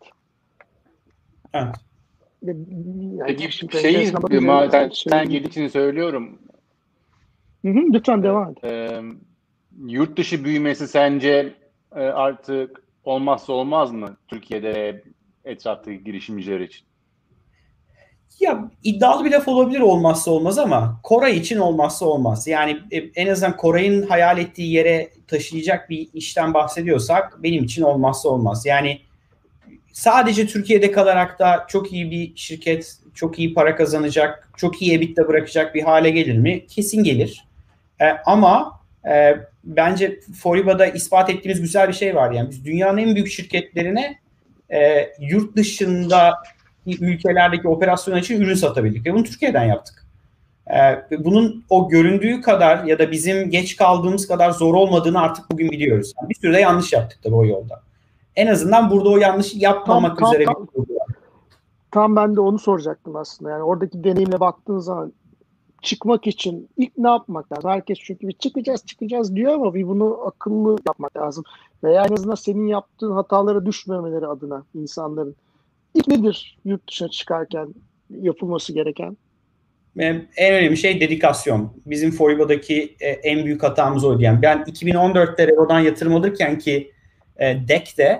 Evet. Yani Peki şeyi madem şey, sen girdiğin için söylüyorum. Hı hı, lütfen devam et. E, yurt dışı büyümesi sence e, artık olmazsa olmaz mı Türkiye'de etraftaki girişimciler için? Ya iddialı bir laf olabilir olmazsa olmaz ama Koray için olmazsa olmaz. Yani en azından Koray'ın hayal ettiği yere taşıyacak bir işten bahsediyorsak benim için olmazsa olmaz. Yani sadece Türkiye'de kalarak da çok iyi bir şirket, çok iyi para kazanacak, çok iyi EBITDA bırakacak bir hale gelir mi? Kesin gelir. E, ama e, bence Foriba'da ispat ettiğimiz güzel bir şey var. Yani biz dünyanın en büyük şirketlerine e, yurt dışında ülkelerdeki operasyon için ürün satabildik ve bunu Türkiye'den yaptık. Ee, bunun o göründüğü kadar ya da bizim geç kaldığımız kadar zor olmadığını artık bugün biliyoruz. Yani bir sürü de yanlış yaptık tabii o yolda. En azından burada o yanlış yapmamak tam, üzere tam, bir tam, tam ben de onu soracaktım aslında. Yani oradaki deneyimle baktığın zaman çıkmak için ilk ne yapmak lazım? Herkes çünkü bir çıkacağız çıkacağız diyor ama bir bunu akıllı yapmak lazım. Veya en azından senin yaptığın hatalara düşmemeleri adına insanların. İlk nedir yurt dışına çıkarken yapılması gereken? En önemli şey dedikasyon. Bizim Foriba'daki en büyük hatamız oydu. Yani ben iki bin on dörtte Revo'dan yatırım alırken ki D E K'de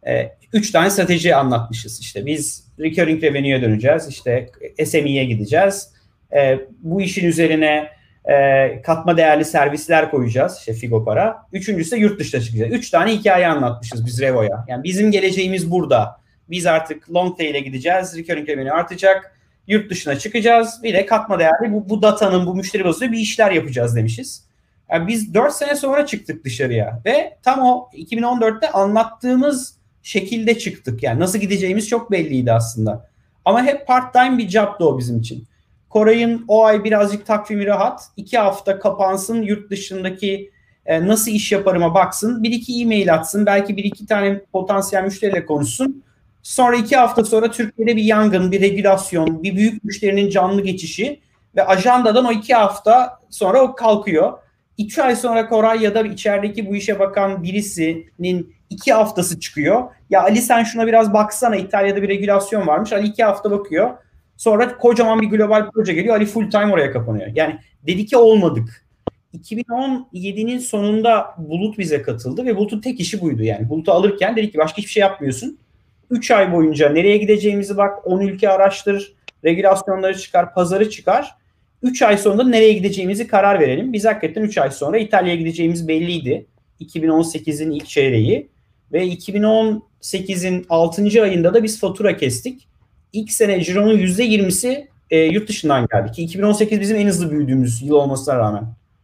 üç tane strateji anlatmışız. İşte biz recurring revenue'ye döneceğiz. İşte S M E'ye gideceğiz. Bu işin üzerine katma değerli servisler koyacağız. İşte Figo para. Üçüncüsü de yurt dışına çıkacağız. Üç tane hikaye anlatmışız biz Revo'ya. Yani bizim geleceğimiz burada. Biz artık long tail'e gideceğiz. Recurring revenue artacak. Yurt dışına çıkacağız. Bir de katma değerli bu, bu datanın, bu müşteri bazında bir işler yapacağız demişiz. Yani biz dört sene sonra çıktık dışarıya. Ve tam o iki bin on dörtte anlattığımız şekilde çıktık. Yani nasıl gideceğimiz çok belliydi aslında. Ama hep part time bir job'dı o bizim için. Koray'ın o ay birazcık takvimi rahat. iki hafta kapansın, yurt dışındaki e, nasıl iş yaparıma baksın. Bir iki e-mail atsın. Belki bir iki tane potansiyel müşteriyle konuşsun. Sonra iki hafta sonra Türkiye'de bir yangın, bir regülasyon, bir büyük müşterinin canlı geçişi ve ajandadan o iki hafta sonra o kalkıyor. İki ay sonra Koray ya da içerideki bu işe bakan birisinin iki haftası çıkıyor. Ya Ali sen şuna biraz baksana, İtalya'da bir regülasyon varmış. Ali iki hafta bakıyor. Sonra kocaman bir global proje geliyor. Ali full time oraya kapanıyor. Yani dedik ki olmadık. iki bin on yedinin sonunda Bulut bize katıldı ve Bulut'un tek işi buydu. Yani Bulut'u alırken dedik ki başka hiçbir şey yapmıyorsun. üç ay boyunca nereye gideceğimizi bak, on ülke araştır, regülasyonları çıkar, pazarı çıkar. üç ay sonunda nereye gideceğimizi karar verelim. Biz hakikaten üç ay sonra İtalya'ya gideceğimiz belliydi. iki bin on sekizin ilk çeyreği ve iki bin on sekizin altıncı ayında da biz fatura kestik. İlk sene cironun yüzde yirmisi e, yurt dışından geldi ki iki bin on sekiz bizim en hızlı büyüdüğümüz yıl olmasına rağmen.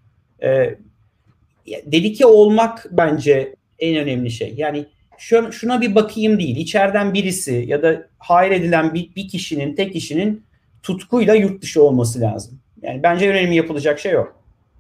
E, dedike olmak bence en önemli şey. Yani şuna bir bakayım değil. İçeriden birisi ya da hire edilen bir, bir kişinin, tek kişinin tutkuyla yurt dışı olması lazım. Yani bence önemli yapılacak şey o.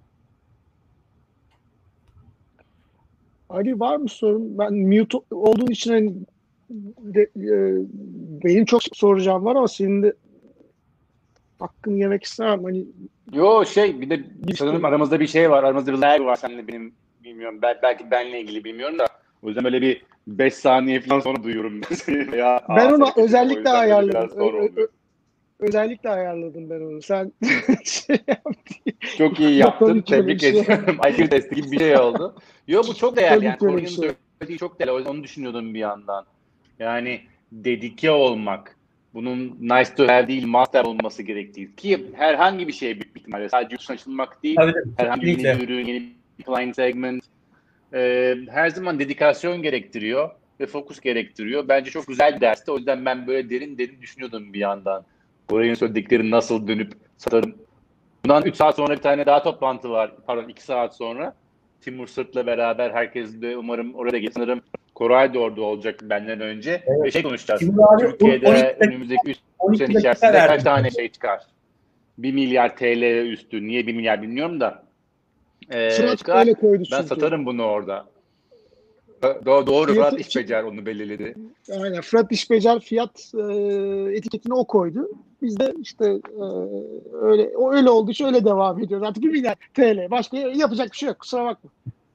Ali var mı sorun? Ben mute olduğun için hani de, e, benim çok soracağım var ama senin de hakkını yemek istemem. Hani Yo şey bir de Bir sanırım şey- aramızda bir şey var. Aramızda bir lag var seninle benim bilmiyorum. Bel- belki benle ilgili bilmiyorum da. O yüzden böyle bir beş saniye falan sonra duyuyorum mesela. Ya, ben ağız onu hareketi. O özellikle yüzden böyle ayarladım. biraz zor Ö- ö- oluyor. özellikle ayarladım ben onu. Sen şey Çok iyi Yok, tabii yaptın. ki öyle bir Tebrik şey. ediyorum. I Q testi gibi bir şey oldu. Yo bu çok değerli. Tabii Yani ki öyle bir Kore'nin şey. söylediği çok değerli. O yüzden onu düşünüyordum bir yandan. Yani dedike olmak. Bunun nice to have değil, must have olması gerektiği. Ki herhangi bir şey büyük ihtimalle. Sadece yurt dışına açılmak değil. Tabii, tabii, Herhangi yeni kesinlikle. bir ürün, yeni bir client segment. Ee, her zaman dedikasyon gerektiriyor ve fokus gerektiriyor. Bence çok güzel bir dersti. O yüzden ben böyle derin derin düşünüyordum bir yandan. Kore'nin söyledikleri nasıl dönüp satarım. Bundan üç saat sonra bir tane daha toplantı var. Pardon iki saat sonra. Timur Sırt'la beraber herkes de umarım oraya gelir. Sanırım Koray da orada olacak benden önce. Evet. Ve şey konuşacağız. Timur abi Türkiye'de on iki dakika, önümüzdeki üç on iki sene dakika içerisinde verdim. kaç tane şey çıkar? bir milyar T L üstü. Niye bir milyar bilmiyorum da. Ee, Fırat çıkar. böyle koydu Ben çünkü. satarım bunu orada. Do- doğru. Fiyatı- Fırat İşbecer onu belirledi. Aynen. Fırat İşbecer fiyat e, etiketini o koydu. Biz de işte e, öyle o öyle olduğu için öyle devam ediyoruz. Artık bir milyar T L. Başka yapacak bir şey yok. Kusura bakma.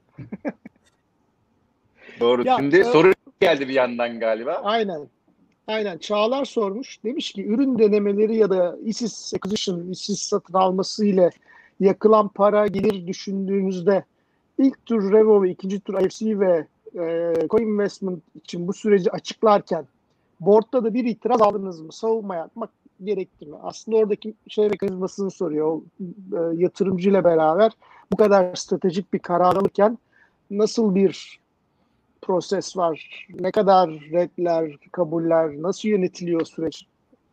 Doğru. Ya, Şimdi e, soru geldi bir yandan galiba. Aynen. Aynen. Çağlar sormuş. Demiş ki ürün denemeleri ya da İSİS acquisition, İSİS satın alması ile yakılan para gelir düşündüğünüzde ilk tur Revo ve ikinci tur I F C ve e, co-investment için bu süreci açıklarken board'da da bir itiraz aldınız mı? Savunma yapmak gerekti mi? Aslında oradaki şey mekanizmasını soruyor. O, e, yatırımcıyla beraber bu kadar stratejik bir karar alırken nasıl bir proses var? Ne kadar redler, kabuller, nasıl yönetiliyor süreç?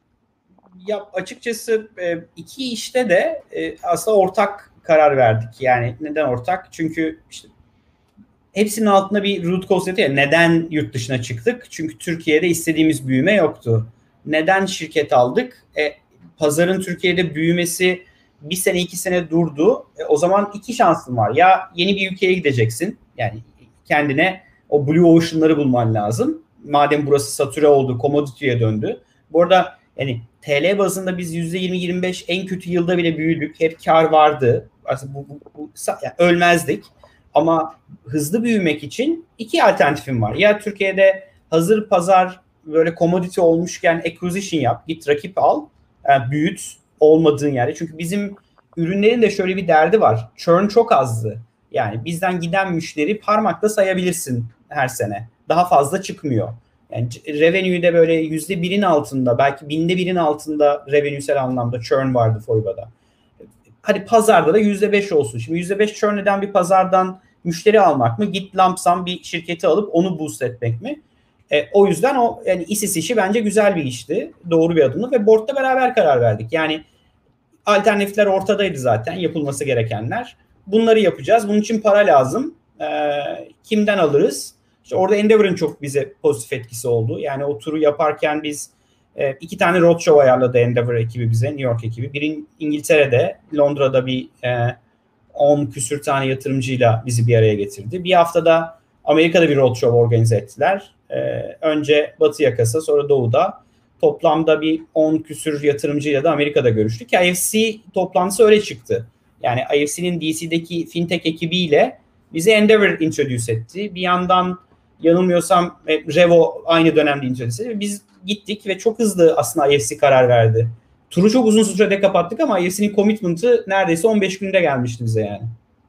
Ya açıkçası e, iki işte de e, aslında ortak karar verdik. Yani neden ortak? Çünkü işte hepsinin altında bir root cause yatıyor. Neden yurt dışına çıktık? Çünkü Türkiye'de istediğimiz büyüme yoktu. Neden şirket aldık? E, pazarın Türkiye'de büyümesi bir sene iki sene durdu. E, o zaman iki şansın var. Ya yeni bir ülkeye gideceksin. Yani kendine o Blue Ocean'ları bulman lazım. Madem burası satüre oldu, commodity'ye döndü. Bu arada yani T L bazında biz yüzde yirmi yirmi beş en kötü yılda bile büyüdük. Hep kar vardı. Aslında bu, bu, bu yani ölmezdik. Ama hızlı büyümek için iki alternatifim var. Ya Türkiye'de hazır pazar böyle commodity olmuşken acquisition yap, git rakip al, yani büyüt olmadığın yerde. Çünkü bizim ürünlerin de şöyle bir derdi var. Churn çok azdı. Yani bizden giden müşteri parmakla sayabilirsin her sene. Daha fazla çıkmıyor. Yani revenue'de böyle yüzde birin altında, belki binde birin altında revenuesel anlamda churn vardı Foiba'da. Hadi pazarda da yüzde beş olsun. Şimdi yüzde beş churn eden bir pazardan müşteri almak mı? Git lump sum bir şirketi alıp onu boost etmek mi? E, o yüzden o yani İSİS işi bence güzel bir işti. Doğru bir adımdı ve board'da beraber karar verdik. Yani alternatifler ortadaydı zaten, yapılması gerekenler. Bunları yapacağız. Bunun için para lazım. E, kimden alırız? İşte orada Endeavor'ın çok bize pozitif etkisi oldu. Yani o turu yaparken biz e, iki tane roadshow ayarladı Endeavor ekibi bize, New York ekibi. Biri İngiltere'de, Londra'da bir e, on küsür tane yatırımcıyla bizi bir araya getirdi. Bir haftada Amerika'da bir roadshow organize ettiler. Ee, önce Batı yakası, sonra Doğu'da. Toplamda bir on küsür yatırımcıyla da Amerika'da görüştük. I F C toplantısı öyle çıktı. Yani I F C'nin D C'deki fintech ekibiyle bizi Endeavor introduce etti. Bir yandan yanılmıyorsam Revo aynı dönemde introduce etti. Biz gittik ve çok hızlı aslında I F C karar verdi. Turu çok uzun sürede kapattık ama I F C'nin commitment'ı neredeyse on beş günde gelmişti bize yani.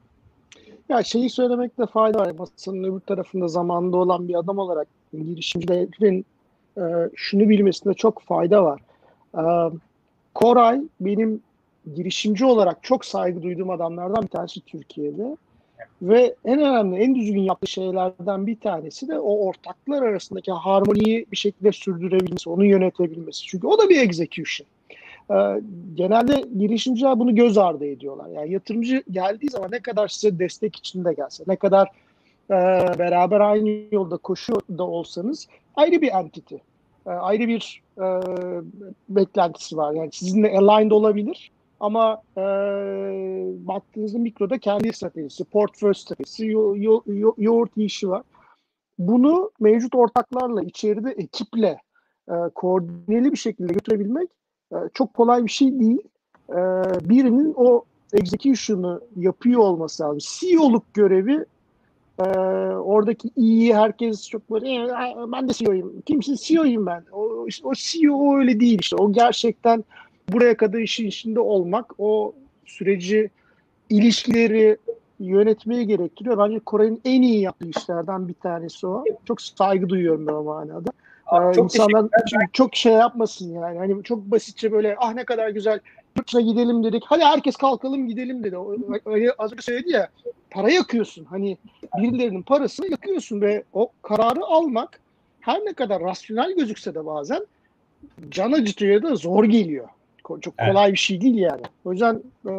Ya şeyi söylemekte fayda var. Masanın öbür tarafında zamanında olan bir adam olarak girişimcilerin e, şunu bilmesinde çok fayda var. E, Koray benim girişimci olarak çok saygı duyduğum adamlardan bir tanesi Türkiye'de. Ve en önemli, en düzgün yaptığı şeylerden bir tanesi de o ortaklar arasındaki harmoniyi bir şekilde sürdürebilmesi, onu yönetebilmesi. Çünkü o da bir execution. Ee, genelde girişimciler bunu göz ardı ediyorlar. Yani yatırımcı geldiği zaman ne kadar size destek içinde gelse, ne kadar e, beraber aynı yolda koşuyor da olsanız ayrı bir entity. e, ayrı bir e, beklentisi var. Yani sizinle aligned olabilir ama e, baktığınızda mikroda kendi stratejisi, portföy stratejisi, yo, yo, yo, yoğurt işi var. Bunu mevcut ortaklarla, içeride ekiple e, koordineli bir şekilde götürebilmek e, çok kolay bir şey değil. E, birinin o execution'ı yapıyor olması lazım. C E O'luk görevi e, oradaki iyi herkes çok böyle e, ben de C E O'yum. Kimsin? C E O'yum ben. O, işte, o C E O öyle değil işte. O gerçekten buraya kadar işin içinde olmak, o süreci, ilişkileri yönetmeyi gerektiriyor. Bence Koray'ın en iyi yaptığı işlerden bir tanesi o. Çok saygı duyuyorum ben o manada. Abi, Ee, çok insanlar çok şey yapmasın yani. Hani çok basitçe böyle ah ne kadar güzel yurt dışına gidelim dedik. Hadi herkes kalkalım gidelim dedi. Öyle az önce söyledi ya, para yakıyorsun. Hani birilerinin parasını yakıyorsun ve o kararı almak her ne kadar rasyonel gözükse de bazen can acıtıcıya da zor geliyor. Çok kolay evet. bir şey değil yani. O yüzden e,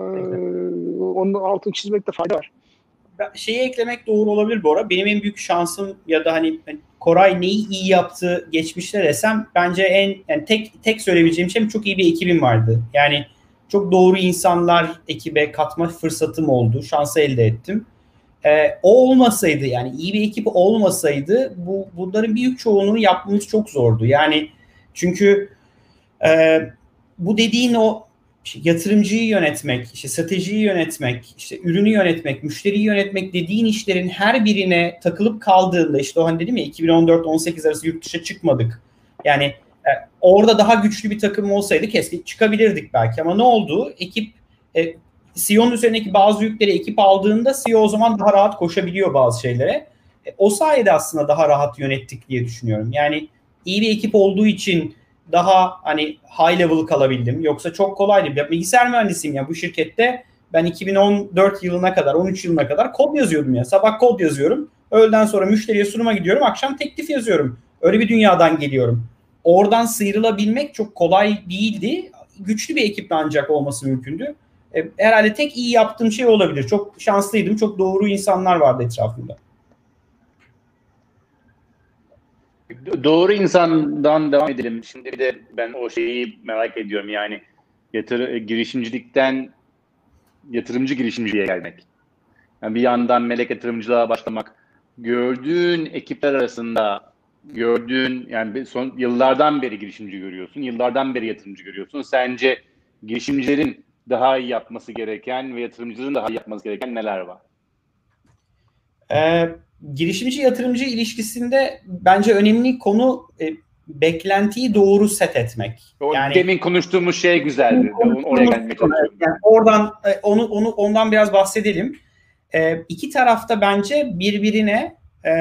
onun altını çizmekte fayda var. Şeyi eklemek doğru olabilir bu ara. Benim en büyük şansım ya da hani Koray neyi iyi yaptı geçmişte desem bence en yani tek tek söyleyebileceğim şey çok iyi bir ekibim vardı. Yani çok doğru insanlar ekibe katma fırsatım oldu. Şansı elde ettim. Ee, o olmasaydı yani iyi bir ekip olmasaydı bu bunların büyük çoğunluğunu yapmamız çok zordu. Yani çünkü e, bu dediğin o İşte yatırımcıyı yönetmek, işte stratejiyi yönetmek, işte ürünü yönetmek, müşteriyi yönetmek dediğin işlerin her birine takılıp kaldığında işte o hani dedim ya iki bin on dört on sekiz arası yurt dışına çıkmadık. Yani e, orada daha güçlü bir takım olsaydı kesin çıkabilirdik belki ama ne oldu? Ekip e, C E O'nun üzerindeki bazı yükleri ekip aldığında C E O o zaman daha rahat koşabiliyor bazı şeylere. E, o sayede aslında daha rahat yönettik diye düşünüyorum. Yani iyi bir ekip olduğu için daha hani high level kalabildim. Yoksa çok kolaydı. Ben bilgisayar mühendisiyim ya bu şirkette. Ben iki bin on dört yılına kadar, on üç yılına kadar kod yazıyordum ya. Sabah kod yazıyorum. Öğleden sonra müşteriye sunuma gidiyorum. Akşam teklif yazıyorum. Öyle bir dünyadan geliyorum. Oradan sıyrılabilmek çok kolay değildi. Güçlü bir ekiple ancak olması mümkündü. E, herhalde tek iyi yaptığım şey olabilir. Çok şanslıydım. Çok doğru insanlar vardı etrafımda. Doğru insandan devam edelim. Şimdi bir de ben o şeyi merak ediyorum yani yatır, girişimcilikten yatırımcı girişimciye gelmek. Yani bir yandan melek yatırımcılığa başlamak. Gördüğün ekipler arasında gördüğün yani son yıllardan beri girişimci görüyorsun. Yıllardan beri yatırımcı görüyorsun. Sence girişimcilerin daha iyi yapması gereken ve yatırımcıların daha iyi yapması gereken neler var? Ee, girişimci yatırımcı ilişkisinde bence önemli konu e, beklentiyi doğru set etmek. O yani demin konuştuğumuz şey güzeldi. Oraya gelmek çalışıyorum. Yani oradan e, onu onu ondan biraz bahsedelim. E, iki tarafta bence birbirine e,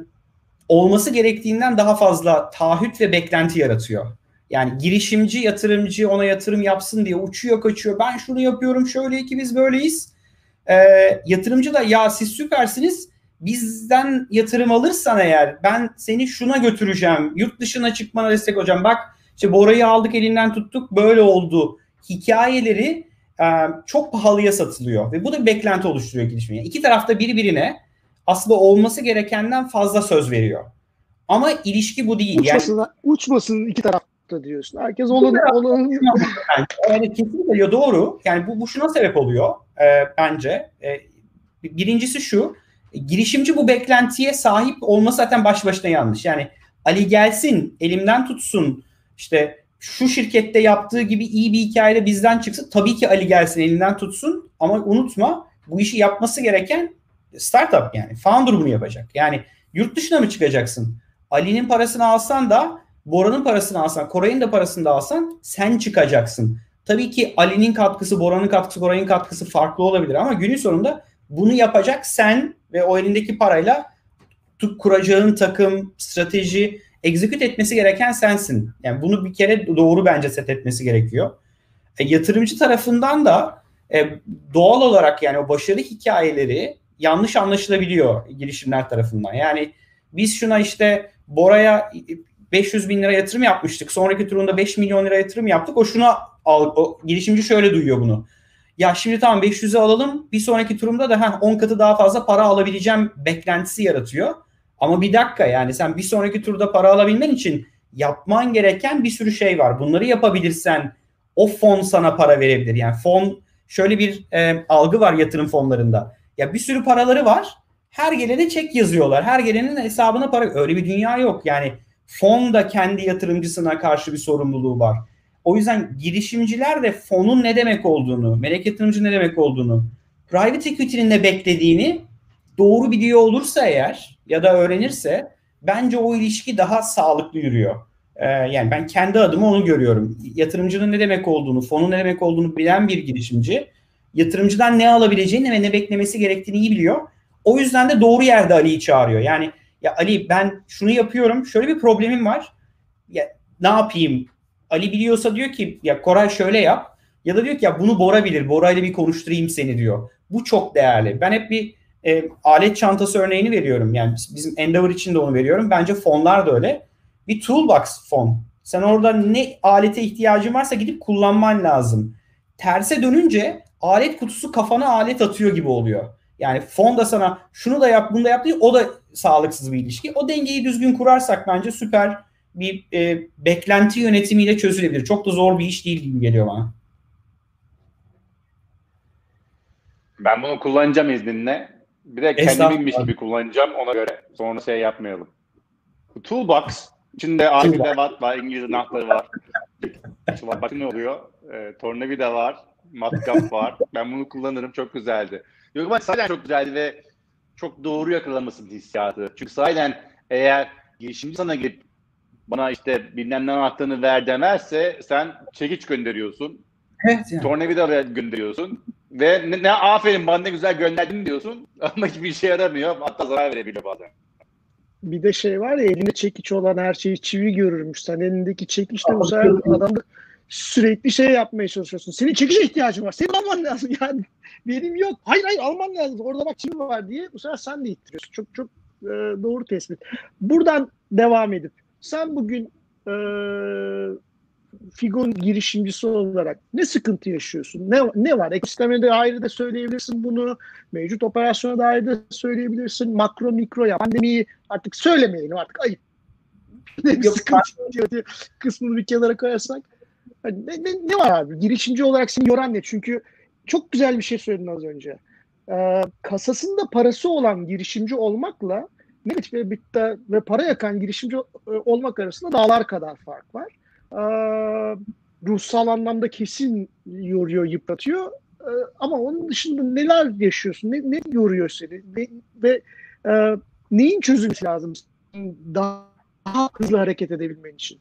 olması gerektiğinden daha fazla taahhüt ve beklenti yaratıyor. Yani girişimci yatırımcı ona yatırım yapsın diye uçuyor kaçıyor. Ben şunu yapıyorum, şöyle ki biz böyleyiz. E, yatırımcı da ya siz süpersiniz. Bizden yatırım alırsan eğer ben seni şuna götüreceğim. Yurt dışına çıkmana destek olacağım. Bak işte Bora'yı aldık elinden tuttuk böyle oldu. Hikayeleri e, çok pahalıya satılıyor. Ve bu da bir beklenti oluşturuyor girişimciye. İki tarafta birbirine aslında olması gerekenden fazla söz veriyor. Ama ilişki bu değil. Uçmasın, yani, uçmasın iki tarafta diyorsun. Herkes olan olan. Yani kesinlikle doğru. Yani bu, bu şuna sebep oluyor e, bence. E, birincisi şu. Girişimci bu beklentiye sahip olması zaten baş başına yanlış. Yani Ali gelsin, elimden tutsun, işte şu şirkette yaptığı gibi iyi bir hikayeyle bizden çıksın. Tabii ki Ali gelsin, elinden tutsun ama unutma bu işi yapması gereken startup yani. Founder bunu yapacak. Yani yurt dışına mı çıkacaksın? Ali'nin parasını alsan da, Bora'nın parasını alsan, Koray'ın da parasını da alsan sen çıkacaksın. Tabii ki Ali'nin katkısı, Bora'nın katkısı, Koray'ın katkısı farklı olabilir ama günün sonunda bunu yapacak sen ve o elindeki parayla kuracağın takım, strateji, execute etmesi gereken sensin. Yani bunu bir kere doğru bence set etmesi gerekiyor. E, yatırımcı tarafından da e, doğal olarak yani o başarı hikayeleri yanlış anlaşılabiliyor girişimler tarafından. Yani biz şuna işte Bora'ya beş yüz bin lira yatırım yapmıştık. Sonraki turunda beş milyon lira yatırım yaptık. O şuna al, o girişimci şöyle duyuyor bunu. Ya şimdi tamam beş yüz'e alalım. Bir sonraki turumda da on katı daha fazla para alabileceğim beklentisi yaratıyor. Ama bir dakika yani sen bir sonraki turda para alabilmen için yapman gereken bir sürü şey var. Bunları yapabilirsen o fon sana para verebilir. Yani fon, şöyle bir e, algı var yatırım fonlarında. Ya bir sürü paraları var. Her gelene çek yazıyorlar. Her gelenin hesabına para. Öyle bir dünya yok. Yani fon da kendi yatırımcısına karşı bir sorumluluğu var. O yüzden girişimciler de fonun ne demek olduğunu, melek yatırımcı ne demek olduğunu, private equity'nin ne beklediğini doğru biliyor olursa eğer ya da öğrenirse bence o ilişki daha sağlıklı yürüyor. Ee, yani ben kendi adıma onu görüyorum. Yatırımcının ne demek olduğunu, fonun ne demek olduğunu bilen bir girişimci yatırımcıdan ne alabileceğini ve ne beklemesi gerektiğini iyi biliyor. O yüzden de doğru yerde Ali'yi çağırıyor. Yani ya Ali, ben şunu yapıyorum, şöyle bir problemim var. Ya ne yapayım? Ali biliyorsa diyor ki ya Koray şöyle yap. Ya da diyor ki ya bunu Bora bilir. Bora ile bir konuşturayım seni diyor. Bu çok değerli. Ben hep bir e, alet çantası örneğini veriyorum. Yani bizim Endeavor için de onu veriyorum. Bence fonlar da öyle. Bir toolbox fon. Sen orada ne alete ihtiyacın varsa gidip kullanman lazım. Terse dönünce alet kutusu kafana alet atıyor gibi oluyor. Yani fon da sana şunu da yap, bunu da yap diyor. O da sağlıksız bir ilişki. O dengeyi düzgün kurarsak bence süper bir e, beklenti yönetimiyle çözülebilir. Çok da zor bir iş değil gibi geliyor bana. Ben bunu kullanacağım izninle. Bir de kendiminmiş gibi kullanacağım, ona göre. Sonra şey yapmayalım. Bu toolbox, içinde arkidevat var, İngilizce anahtarı var. Bakın ne oluyor? E, tornavida var, matkap var. Ben bunu kullanırım, çok güzeldi. Yok ama sahiden çok güzeldi ve çok doğru yakalamasın hissiyatı. Çünkü sahiden eğer girişimci sana gelip bana işte bilmem ne anahtarını ver demezse sen çekiç gönderiyorsun. Evet yani. Tornavida gönderiyorsun. Ve ne, ne aferin bana ne güzel gönderdin diyorsun ama hiçbir işe yaramıyor. Hatta zarar verebiliyor bazen. Bir de şey var ya, elinde çekiç olan her şeyi çivi görürmüş. Sen elindeki çekiçle bu sefer adamda sürekli şey yapmaya çalışıyorsun. Senin çekiçe ihtiyacın var. Senin alman lazım yani. Benim yok. Hayır hayır alman lazım. Orada bak çivi var diye bu sefer sen de ittiriyorsun. Çok çok e, doğru tespit. Buradan devam edip sen bugün e, Figo'nun girişimcisi olarak ne sıkıntı yaşıyorsun? Ne ne var? Ekosisteme dair de söyleyebilirsin bunu. Mevcut operasyona dair de söyleyebilirsin. Makro mikro ya. Pandemiyi artık söylemeyelim, artık ayıp. Ne bir sıkıntı kısmını bir kenara koyarsak. Hani ne, ne, ne var abi? Girişimci olarak seni yoran ne? Çünkü çok güzel bir şey söyledin az önce. Ee, kasasında parası olan girişimci olmakla net ve bitta ve para yakan girişimci olmak arasında dağlar kadar fark var. Ee, ruhsal anlamda kesin yoruyor, yıpratıyor. Ee, ama onun dışında neler yaşıyorsun? Ne, ne yoruyor seni? Ne, ve e, neyin çözülmesi lazım daha, daha hızlı hareket edebilmen için?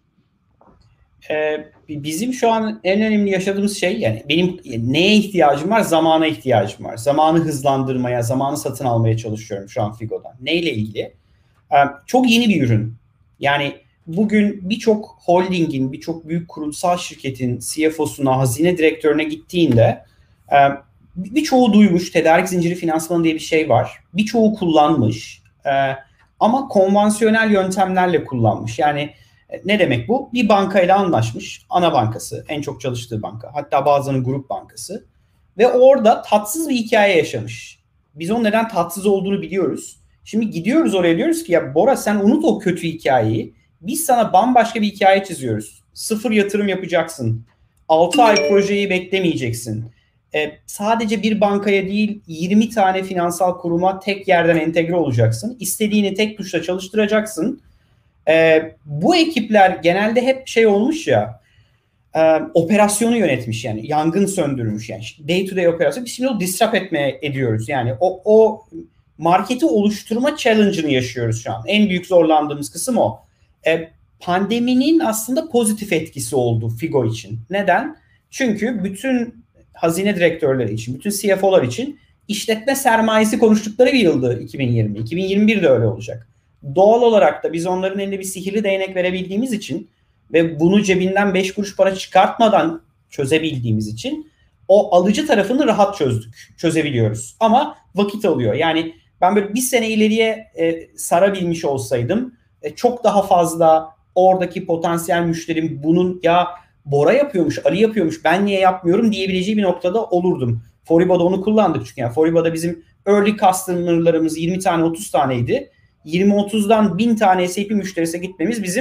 Ee, bizim şu an en önemli yaşadığımız şey, yani benim neye ihtiyacım var? Zamana ihtiyacım var. Zamanı hızlandırmaya, zamanı satın almaya çalışıyorum şu an Figo'dan. Neyle ilgili? Ee, çok yeni bir ürün. Yani bugün birçok holdingin, birçok büyük kurumsal şirketin C F O'suna, hazine direktörüne gittiğinde e, birçoğu duymuş, tedarik zinciri finansmanı diye bir şey var. Birçoğu kullanmış e, ama konvansiyonel yöntemlerle kullanmış. Yani e, ne demek bu? Bir bankayla anlaşmış, ana bankası, en çok çalıştığı banka, hatta bazılarının grup bankası ve orada tatsız bir hikaye yaşamış. Biz onun neden tatsız olduğunu biliyoruz. Şimdi gidiyoruz oraya, diyoruz ki ya Bora sen unut o kötü hikayeyi. Biz sana bambaşka bir hikaye çiziyoruz. Sıfır yatırım yapacaksın. altı ay projeyi beklemeyeceksin. Ee, sadece bir bankaya değil yirmi tane finansal kuruma tek yerden entegre olacaksın. İstediğini tek tuşla çalıştıracaksın. Ee, bu ekipler genelde hep şey olmuş ya, e, operasyonu yönetmiş, yani yangın söndürmüş, yani day to day operasyon. Biz şimdi o disrupt etmeye ediyoruz. Yani o, o marketi oluşturma challenge'ını yaşıyoruz şu an. En büyük zorlandığımız kısım o. E, pandeminin aslında pozitif etkisi oldu Figo için. Neden? Çünkü bütün hazine direktörleri için, bütün C F O'lar için işletme sermayesi konuştukları bir yıldı iki bin yirmi. iki bin yirmi bir de öyle olacak. Doğal olarak da biz onların eline bir sihirli değnek verebildiğimiz için ve bunu cebinden beş kuruş para çıkartmadan çözebildiğimiz için o alıcı tarafını rahat çözdük, çözebiliyoruz. Ama vakit alıyor. Yani ben böyle bir sene ileriye e, sarabilmiş olsaydım e, çok daha fazla oradaki potansiyel müşterim bunun ya Bora yapıyormuş, Ali yapıyormuş, ben niye yapmıyorum diyebileceği bir noktada olurdum. Foriba'da onu kullandık çünkü. Yani Foriba'da bizim early customer'larımız yirmi tane otuz taneydi. yirmi otuzdan bin tane S A P müşterisine gitmemiz bizim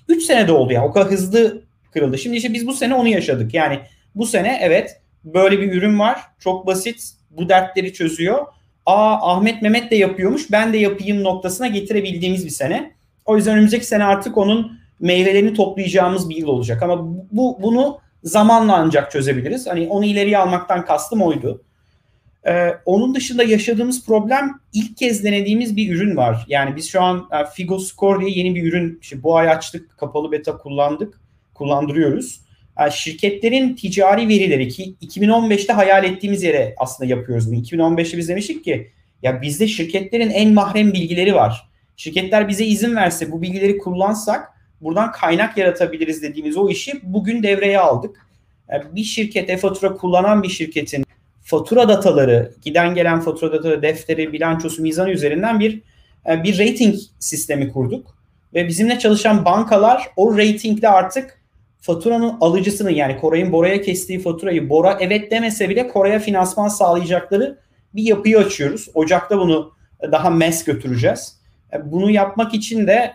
üç senede oldu yani. O kadar hızlı kırıldı. Şimdi işte biz bu sene onu yaşadık. Yani bu sene evet böyle bir ürün var. Çok basit. Bu dertleri çözüyor. Aa Ahmet Mehmet de yapıyormuş. Ben de yapayım noktasına getirebildiğimiz bir sene. O yüzden önümüzdeki sene artık onun meyvelerini toplayacağımız bir yıl olacak. Ama bu bunu zamanla ancak çözebiliriz. Hani onu ileriye almaktan kastım oydu. Ee, onun dışında yaşadığımız problem ilk kez denediğimiz bir ürün var. Yani biz şu an e, Figo Score diye yeni bir ürün işte bu ay açtık, kapalı beta kullandık, kullandırıyoruz. Yani şirketlerin ticari verileri ki iki bin on beşte hayal ettiğimiz yere aslında yapıyoruz bunu. iki bin on beşte biz demiştik ki ya bizde şirketlerin en mahrem bilgileri var. Şirketler bize izin verse bu bilgileri kullansak buradan kaynak yaratabiliriz dediğimiz o işi bugün devreye aldık. Yani bir şirket, e-fatura kullanan bir şirketin fatura dataları, giden gelen fatura dataları, defteri, bilançosu, mizanı üzerinden bir bir rating sistemi kurduk. Ve bizimle çalışan bankalar o ratingle artık faturanın alıcısını yani Koray'ın Bora'ya kestiği faturayı Bora evet demese bile Koray'a finansman sağlayacakları bir yapıyı açıyoruz. Ocak'ta bunu daha mass götüreceğiz. Bunu yapmak için de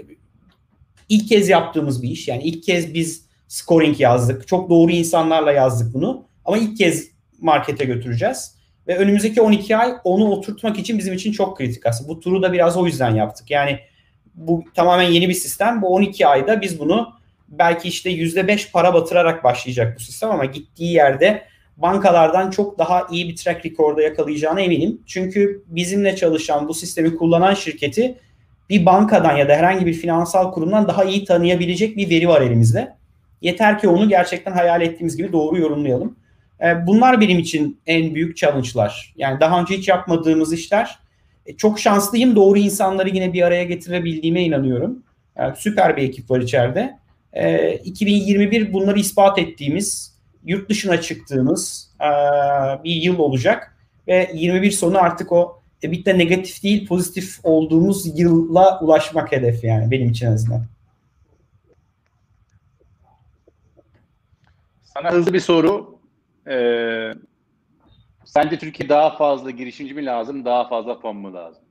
ilk kez yaptığımız bir iş. Yani ilk kez biz scoring yazdık. Çok doğru insanlarla yazdık bunu. Ama ilk kez markete götüreceğiz. Ve önümüzdeki on iki ay onu oturtmak için bizim için çok kritik aslında. Bu turu da biraz o yüzden yaptık. Yani bu tamamen yeni bir sistem. Bu on iki ayda biz bunu belki işte yüzde beş para batırarak başlayacak bu sistem ama gittiği yerde bankalardan çok daha iyi bir track record'a yakalayacağına eminim. Çünkü bizimle çalışan, bu sistemi kullanan şirketi bir bankadan ya da herhangi bir finansal kurumdan daha iyi tanıyabilecek bir veri var elimizde. Yeter ki onu gerçekten hayal ettiğimiz gibi doğru yorumlayalım. Bunlar benim için en büyük challenge'lar. Yani daha önce hiç yapmadığımız işler. Çok şanslıyım. Doğru insanları yine bir araya getirebildiğime inanıyorum. Yani süper bir ekip var içeride. iki bin yirmi bir bunları ispat ettiğimiz, yurt dışına çıktığımız bir yıl olacak. Ve yirmi bir sonu artık o EBITDA negatif değil, pozitif olduğumuz yılla ulaşmak hedef yani benim için en azından. Sana hızlı bir soru. Ee, sence Türkiye daha fazla girişimci mi lazım, daha fazla fon mu lazım?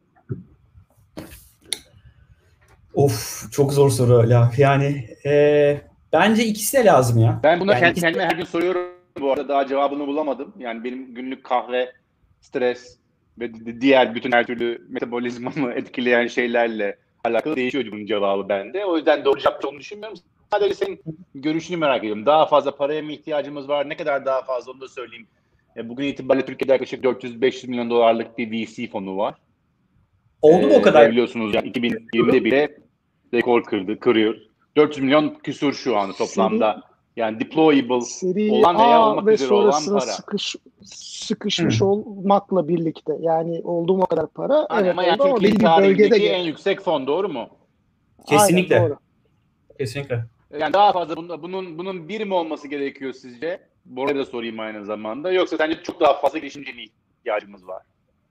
Of, çok zor soru Ala. Yani e, bence ikisi de lazım ya. Ben bunu yani kendi ikisi... kendime her gün soruyorum. Bu arada daha cevabını bulamadım. Yani benim günlük kahve, stres ve diğer bütün her türlü metabolizmamı etkileyen şeylerle alakalı değişiyor bunun cevabı bende. O yüzden doğru cevap olduğunu düşünmüyorum. Sadece senin görüşünü merak ediyorum. Daha fazla paraya mı ihtiyacımız var? Ne kadar daha fazla onu da söyleyeyim. Bugün itibariyle Türkiye'de yaklaşık dört yüz beş yüz milyon dolarlık bir V C fonu var. Oldu mu ee, o kadar? Biliyorsunuz yani iki bin yirmide bile rekor kırdı, kırıyor. dört yüz milyon küsur şu an toplamda. Yani deployable Seri olan veya A olmak ve üzere olan para. Sıkış, sıkışmış hmm. olmakla birlikte. Yani olduğum o kadar para. Yani evet, ama yani oldu Türkiye tarihindeki en yüksek fon, doğru mu? Kesinlikle. Aynen, doğru. Kesinlikle. Yani daha fazla bunun, bunun, bunun bir mi olması gerekiyor sizce? Bora'ya da sorayım aynı zamanda. Yoksa sence çok daha fazla girişimciye ihtiyacımız var?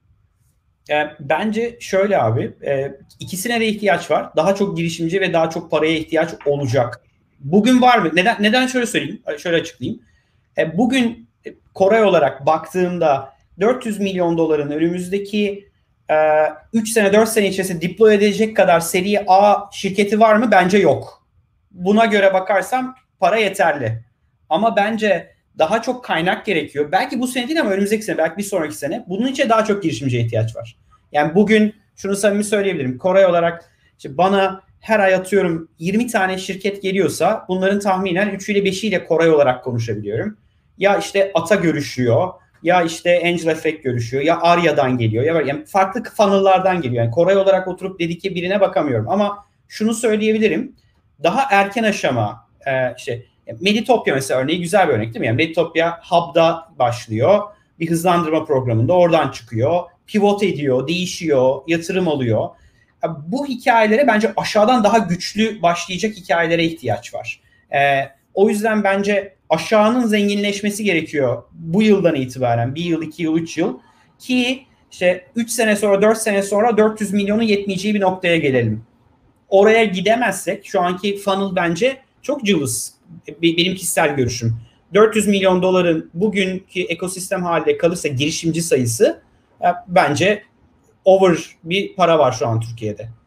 E, bence şöyle abi, e, ikisine de ihtiyaç var. Daha çok girişimci ve daha çok paraya ihtiyaç olacak. Bugün var mı? Neden neden şöyle söyleyeyim, şöyle açıklayayım. E, bugün Koray olarak baktığımda dört yüz milyon doların önümüzdeki e, üç sene dört sene içerisinde deploy edecek kadar seri A şirketi var mı? Bence yok. Buna göre bakarsam para yeterli. Ama bence daha çok kaynak gerekiyor. Belki bu sene değil ama önümüzdeki sene, belki bir sonraki sene. Bunun için daha çok girişimciye ihtiyaç var. Yani bugün şunu samimi söyleyebilirim. Koray olarak işte bana her ay atıyorum yirmi tane şirket geliyorsa bunların tahminen üçüyle beşiyle Koray olarak konuşabiliyorum. Ya işte Ata görüşüyor, ya işte Angel Effect görüşüyor, ya Arya'dan geliyor. Ya yani farklı funnel'lardan geliyor. Yani Koray olarak oturup dedik ki birine bakamıyorum. Ama şunu söyleyebilirim. Daha erken aşama e, işte Meditopya mesela örneği güzel bir örnek değil mi? Yani Meditopya Hub'da başlıyor. Bir hızlandırma programında oradan çıkıyor. Pivot ediyor, değişiyor, yatırım alıyor. Bu hikayelere bence aşağıdan daha güçlü başlayacak hikayelere ihtiyaç var. Ee, o yüzden bence aşağının zenginleşmesi gerekiyor bu yıldan itibaren. Bir yıl, iki yıl, üç yıl. Ki işte üç sene sonra, dört sene sonra dört yüz milyonun yetmeyeceği bir noktaya gelelim. Oraya gidemezsek şu anki funnel bence çok cılız. Benim kişisel görüşüm. dört yüz milyon doların bugünkü ekosistem halinde kalırsa girişimci sayısı bence over bir para var şu an Türkiye'de.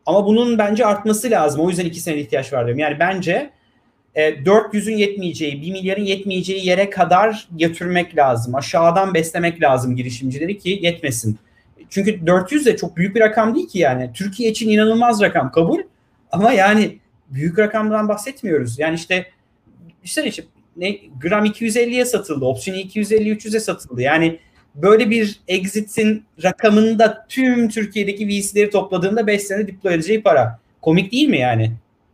Ama bunun bence artması lazım. O yüzden iki senede ihtiyaç var diyorum. Yani bence e, dört yüzün yetmeyeceği, bir milyarın yetmeyeceği yere kadar götürmek lazım. Aşağıdan beslemek lazım girişimcileri ki yetmesin. Çünkü dört yüz de çok büyük bir rakam değil ki yani. Türkiye için inanılmaz rakam, kabul. Ama yani büyük rakamdan bahsetmiyoruz. Yani işte işte, işte ne, gram iki yüz elliye satıldı, opsiyonu iki yüz elli üç yüze satıldı. Yani böyle bir exit'in rakamında tüm Türkiye'deki V C'leri topladığında beş sene deploy edeceği para. Komik değil mi yani?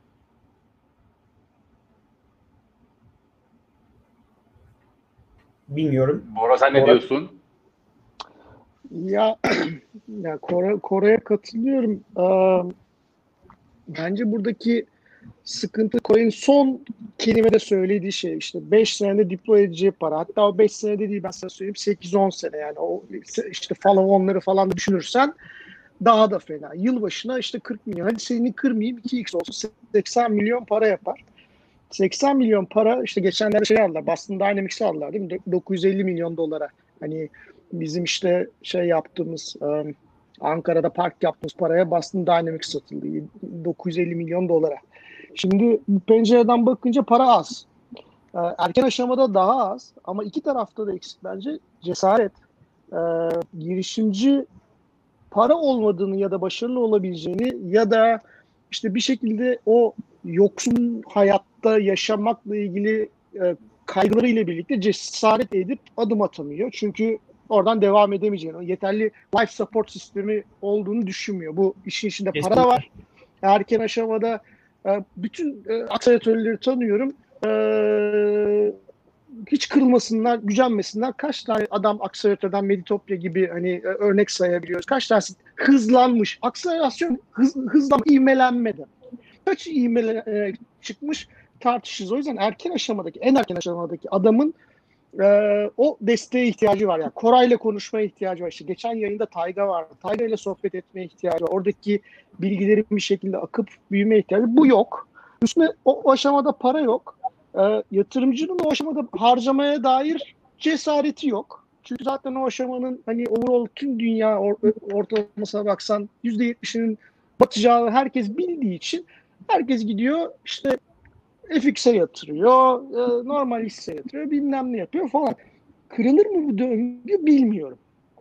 Bilmiyorum. Bora sen ne Bora... diyorsun? Ya, ya Kore, Kore'ye katılıyorum. Ee, bence buradaki sıkıntı Kore'nin son kelimede söylediği şey işte beş senede deploy edeceği para. Hatta o beş senede değil ben sana söyleyeyim sekiz on sene yani o işte follow-on'ları falan da düşünürsen daha da fena. Yılbaşına işte kırk milyon. Hadi seni kırmayayım iki x olsun seksen milyon para yapar. seksen milyon para işte geçenlerde şey aldılar. Boston Dynamics'i aldılar değil mi? dokuz yüz elli milyon dolara. Hani bizim işte şey yaptığımız um, Ankara'da park yaptığımız paraya Boston Dynamics satıldı. dokuz yüz elli milyon dolara. Şimdi bu pencereden bakınca para az. Ee, erken aşamada daha az. Ama iki tarafta da eksik bence. Cesaret. Ee, girişimci para olmadığını ya da başarılı olabileceğini ya da işte bir şekilde o yoksun hayatta yaşamakla ilgili e, kaygılarıyla birlikte cesaret edip adım atamıyor. Çünkü oradan devam edemeyeceğini, yeterli life support sistemi olduğunu düşünmüyor. Bu işin içinde para da var. Erken aşamada e, bütün e, aksiyatörleri tanıyorum. E, hiç kırılmasınlar, gücenmesinler. Kaç tane adam aksiyatörden Meditopya gibi hani e, örnek sayabiliyoruz. Kaç tanesi hızlanmış. Akselerasyon hız, hızlanma, ivmelenmeden. Kaç ivmele e, çıkmış tartışırız. O yüzden erken aşamadaki, en erken aşamadaki adamın e, o desteğe ihtiyacı var. Yani Koray'la konuşmaya ihtiyacı var. İşte geçen yayında Tayga vardı. Tayga ile sohbet etmeye ihtiyacı var. Oradaki bilgilerin bir şekilde akıp büyümeye ihtiyacı var. Bu yok. Üstüne o, o aşamada para yok. E, yatırımcının o aşamada harcamaya dair cesareti yok. Çünkü zaten o aşamanın hani overall tüm dünya or, ortalamasına baksan yüzde yetmişinin batacağı herkes bildiği için herkes gidiyor işte F X'e yatırıyor, e, normal hisse yatırıyor, bilmem ne yapıyor falan. Kırılır mı bu döngü bilmiyorum.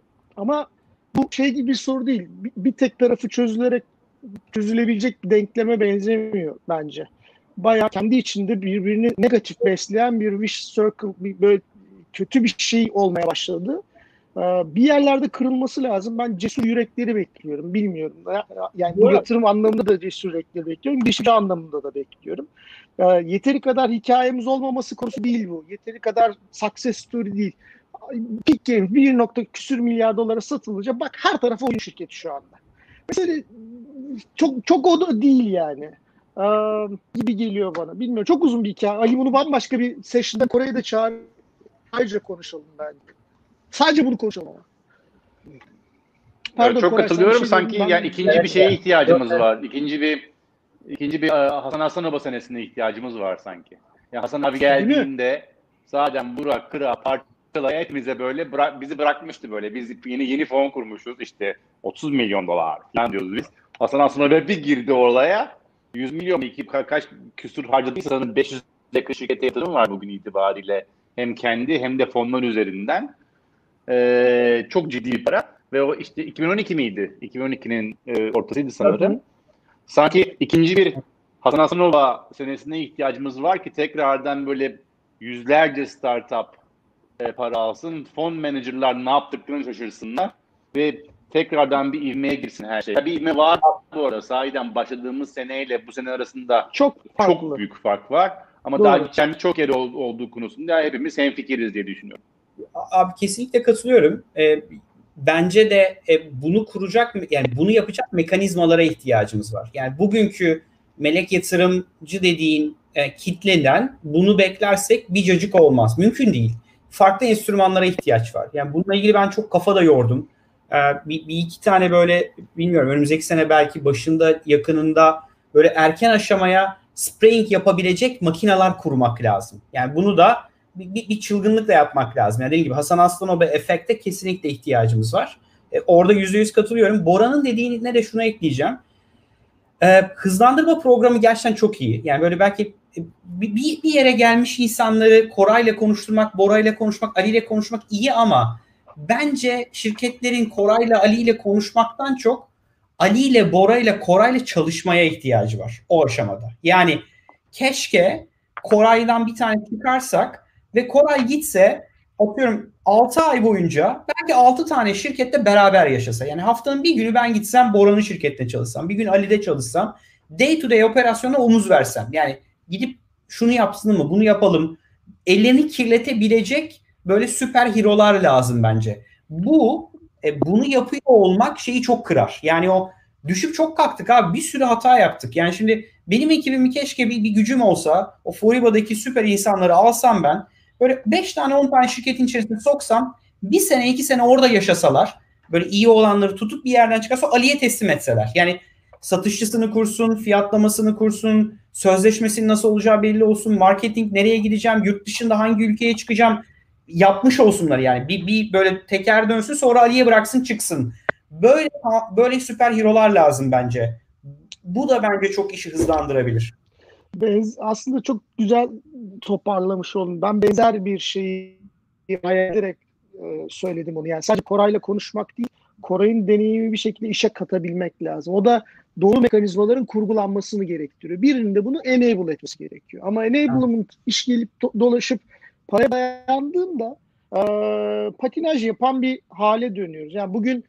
Ama bu şey gibi bir soru değil. Bir, bir tek tarafı çözülerek çözülebilecek bir denkleme benzemiyor bence. Bayağı kendi içinde birbirini negatif besleyen bir wish circle, bir böyle kötü bir şey olmaya başladı. Bir yerlerde kırılması lazım. Ben cesur yürekleri bekliyorum. Bilmiyorum. Yani bu yatırım anlamında da cesur yürekleri bekliyorum. Girişimci anlamında da bekliyorum. Yeteri kadar hikayemiz olmaması konusu değil bu. Yeteri kadar success story değil. Peak Games bir nokta küsür milyar dolara satılınca bak her tarafı oyun şirketi şu anda. Mesela çok çok o da değil yani. Ee, gibi geliyor bana. Bilmiyorum. Çok uzun bir hikaye. Ali bunu bambaşka bir session'da Kore'ye de çağır. Ayrıca konuşalım bence. Sadece bunu konuşalım ama. Pardon, evet, çok Koray, katılıyorum. Şey Sanki ben... yani ikinci evet, bir şeye ihtiyacımız evet. var. İkinci bir ikinci bir Hasan Aslanova senesine ihtiyacımız var sanki. Yani Hasan abi geldiğinde zaten Burak, Kıra, Parçala'ya hepimize böyle bıra- bizi bırakmıştı böyle. Biz yeni yeni fon kurmuşuz. İşte otuz milyon dolar falan diyoruz biz. Hasan Aslanova bir girdi oraya. yüz milyon iki ka- kaç küsur harcadıysa sanırım beş yüz yakın şirkete yatırım var bugün itibariyle. Hem kendi hem de fonlar üzerinden. Ee, çok ciddi bir para. Ve o işte iki bin on iki miydi? iki bin on ikinin e, ortasıydı sanırım. Hı hı. Sanki ikinci bir Hasan Aslanova senesine ihtiyacımız var ki tekrardan böyle yüzlerce startup e, para alsın. Fon menajerler ne yaptıklarını şaşırsınlar. Ve tekrardan bir ivmeye girsin her şey. Bir ivme var bu arada. Sahiden başladığımız seneyle bu sene arasında çok, çok büyük fark var. Ama Doğru. daha geçen çok yer ol, olduğu konusunda hepimiz hemfikiriz diye düşünüyorum. Abi kesinlikle katılıyorum. Ee, bence de e, bunu kuracak, yani bunu yapacak mekanizmalara ihtiyacımız var. Yani bugünkü melek yatırımcı dediğin e, kitleden bunu beklersek bir cacık olmaz. Mümkün değil. Farklı enstrümanlara ihtiyaç var. Yani bununla ilgili ben çok kafa da yordum. Ee, bir, bir iki tane böyle bilmiyorum önümüzdeki sene belki başında yakınında böyle erken aşamaya spraying yapabilecek makineler kurmak lazım. Yani bunu da bir, bir, bir çılgınlıkla yapmak lazım. Yani dediğim gibi Hasan Aslanova efekte kesinlikle ihtiyacımız var. E, orada yüzde yüz katılıyorum. Bora'nın dediğine de şunu ekleyeceğim. Ee, hızlandırma programı gerçekten çok iyi. Yani böyle belki bir, bir yere gelmiş insanları Koray'la konuşturmak, Bora'yla konuşmak, Ali'yle konuşmak iyi ama bence şirketlerin Koray'la, Ali'yle konuşmaktan çok Ali'yle, Bora'yla, Koray'la çalışmaya ihtiyacı var o aşamada. Yani keşke Koray'dan bir tane çıkarsak ve Koray gitse, atıyorum altı ay boyunca belki altı tane şirkette beraber yaşasa. Yani haftanın bir günü ben gitsem Bora'nın şirketinde çalışsam, bir gün Ali'de çalışsam, day to day operasyona omuz versem. Yani gidip şunu yapsın mı, bunu yapalım. Ellerini kirletebilecek böyle süper hero'lar lazım bence. Bu, e, bunu yapıyor olmak şeyi çok kırar. Yani o düşüp çok kalktık abi. Bir sürü hata yaptık. Yani şimdi benim ekibimi keşke bir, bir gücüm olsa, o Foriba'daki süper insanları alsam ben, böyle beş tane on tane şirketin içerisine soksam, bir sene iki sene orada yaşasalar, böyle iyi olanları tutup bir yerden çıkarsa Ali'ye teslim etseler. Yani satışçısını kursun, fiyatlamasını kursun, sözleşmesinin nasıl olacağı belli olsun, marketing nereye gideceğim, yurt dışında hangi ülkeye çıkacağım yapmış olsunlar yani. Bir, bir böyle teker dönsün, sonra Ali'ye bıraksın çıksın. Böyle böyle süper hero'lar lazım bence. Bu da bence çok işi hızlandırabilir. Benz, aslında çok güzel toparlamış oldum. Ben benzer bir şeyi hayal ederek e, söyledim onu. Yani sadece Koray'la konuşmak değil, Koray'ın deneyimi bir şekilde işe katabilmek lazım. O da doğru mekanizmaların kurgulanmasını gerektiriyor. Birinin de bunu enable etmesi gerekiyor. Ama enable'ın iş gelip do- dolaşıp paraya dayandığında e, patinaj yapan bir hale dönüyoruz. Yani bugün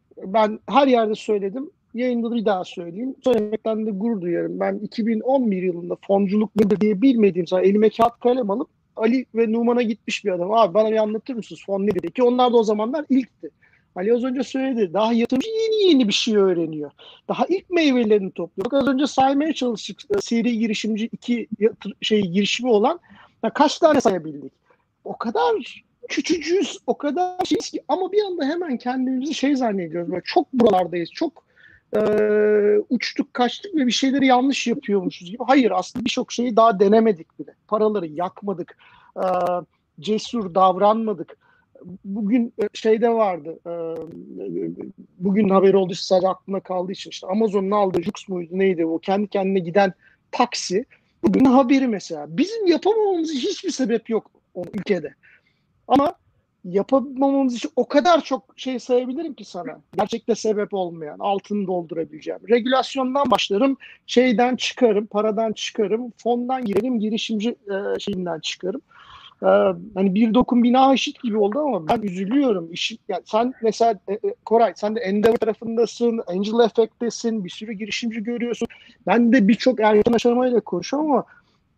ben her yerde söyledim. Yayında da bir daha söyleyeyim. Söylemekten de gurur duyarım. Ben iki bin on bir yılında fonculuk nedir diye bilmediğim zaman elime kağıt kalem alıp Ali ve Numan'a gitmiş bir adam. Abi bana bir anlatır mısınız fon nedir? Ki onlar da o zamanlar ilkti. Ali az önce söyledi. Daha yatırımcı yeni yeni bir şey öğreniyor. Daha ilk meyvelerini topluyor. Bak az önce saymaya çalıştık. Seri girişimci iki yatır, şey girişimi olan ya kaç tane sayabildik? O kadar küçücüğüz, o kadar şeyiz ki ama bir anda hemen kendimizi şey zannediyoruz. Böyle çok buralardayız. Çok e, uçtuk kaçtık ve bir şeyleri yanlış yapıyormuşuz gibi. Hayır, aslında birçok şeyi daha denemedik bile. Paraları yakmadık. E, cesur davranmadık. Bugün şeyde vardı. E, bugün haberi oldu, sadece aklımda kaldığı için işte Amazon'un aldığı Jux muydu neydi o kendi kendine giden taksi. Bugün haberi mesela. Bizim yapamamamız hiçbir sebep yok o ülkede. Ama yapamamamız için o kadar çok şey sayabilirim ki sana. Gerçekte sebep olmayan, altını doldurabileceğim. Regülasyondan başlarım, şeyden çıkarım, paradan çıkarım, fondan girerim, girişimci e, şeyinden çıkarım. E, hani bir dokun bina eşit gibi oldu ama ben üzülüyorum. İşi, yani sen mesela e, Koray, sen de Endeavor tarafındasın, Angel Effect'tesin, bir sürü girişimci görüyorsun. Ben de birçok erken aşamayla konuşuyorum ama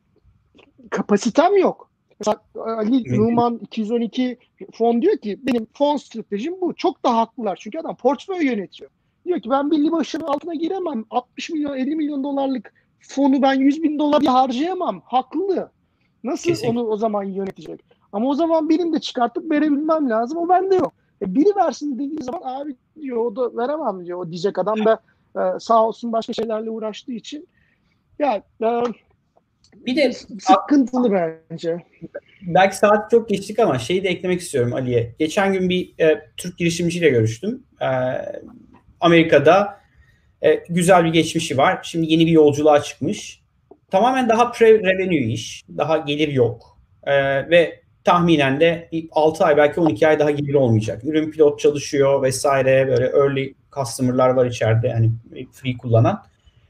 kapasitem yok. Mesela Ali Numan iki yüz on iki fon diyor ki benim fon stratejim bu. Çok da haklılar çünkü adam portföy yönetiyor. Diyor ki ben belli başarı altına giremem. altmış milyon elli milyon dolarlık fonu ben yüz bin dolar diye harcayamam. Haklı. Nasıl Kesinlikle. onu o zaman yönetecek? Ama o zaman benim de çıkartıp verebilmem lazım. O bende yok. E biri versin dediği zaman abi diyor o da veremem diyor. O diyecek adam da e, sağ olsun başka şeylerle uğraştığı için. Ya e, Bir de sıkıntılı bence. belki saat çok geçtik ama şeyi de eklemek istiyorum Ali'ye. Geçen gün bir e, Türk girişimciyle görüştüm. E, Amerika'da e, güzel bir geçmişi var. Şimdi yeni bir yolculuğa çıkmış. Tamamen daha pre-revenue iş. Daha gelir yok. E, ve tahminen de altı ay belki on iki ay daha gelir olmayacak. Ürün pilot çalışıyor vesaire. Böyle early customer'lar var içeride. Yani free kullanan.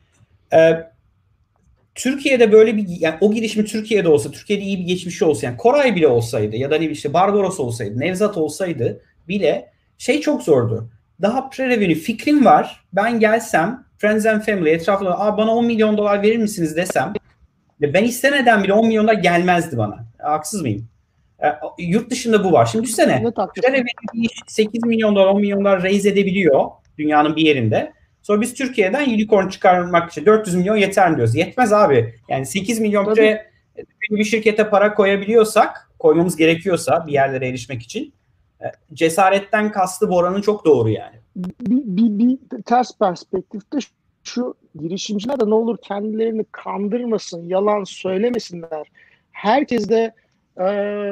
E, Türkiye'de böyle bir yani o girişimi Türkiye'de olsa, Türkiye'de iyi bir geçmişi olsa yani Koray bile olsaydı ya da ne işte Barbaros olsaydı, Nevzat olsaydı bile şey çok zordu. Daha pre-revenue fikrim var. Ben gelsem Friends and Family etrafında Aa, bana on milyon dolar verir misiniz desem ve ben istemeden bile on milyon dolar gelmezdi bana. Haksız mıyım? E, yurt dışında bu var. Şimdi düşünsene. Pre-revenue sekiz milyon dolar, on milyon dolar raise edebiliyor dünyanın bir yerinde. Sonra biz Türkiye'den unicorn çıkarmak için dört yüz milyon yeter diyoruz. Yetmez abi. Yani sekiz milyon pre bir şirkete para koyabiliyorsak, koymamız gerekiyorsa bir yerlere erişmek için cesaretten kastı Bora'nın çok doğru yani. Bir, bir, bir ters perspektifte şu girişimciler de ne olur kendilerini kandırmasın, yalan söylemesinler. Herkes de e,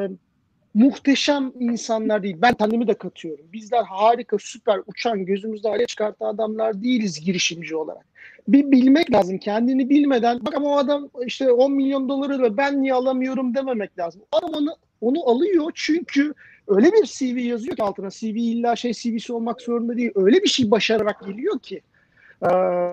muhteşem insanlar değil. Ben kendimi de katıyorum. Bizler harika, süper, uçan, gözümüzde hale çıkartan adamlar değiliz girişimci olarak. bir bilmek lazım. Kendini bilmeden bak ama o adam işte on milyon doları da ben niye alamıyorum dememek lazım. O adam onu, onu alıyor çünkü öyle bir C V yazıyor ki altına. C V illa şey C V'si olmak zorunda değil. Öyle bir şey başararak geliyor ki. Ee,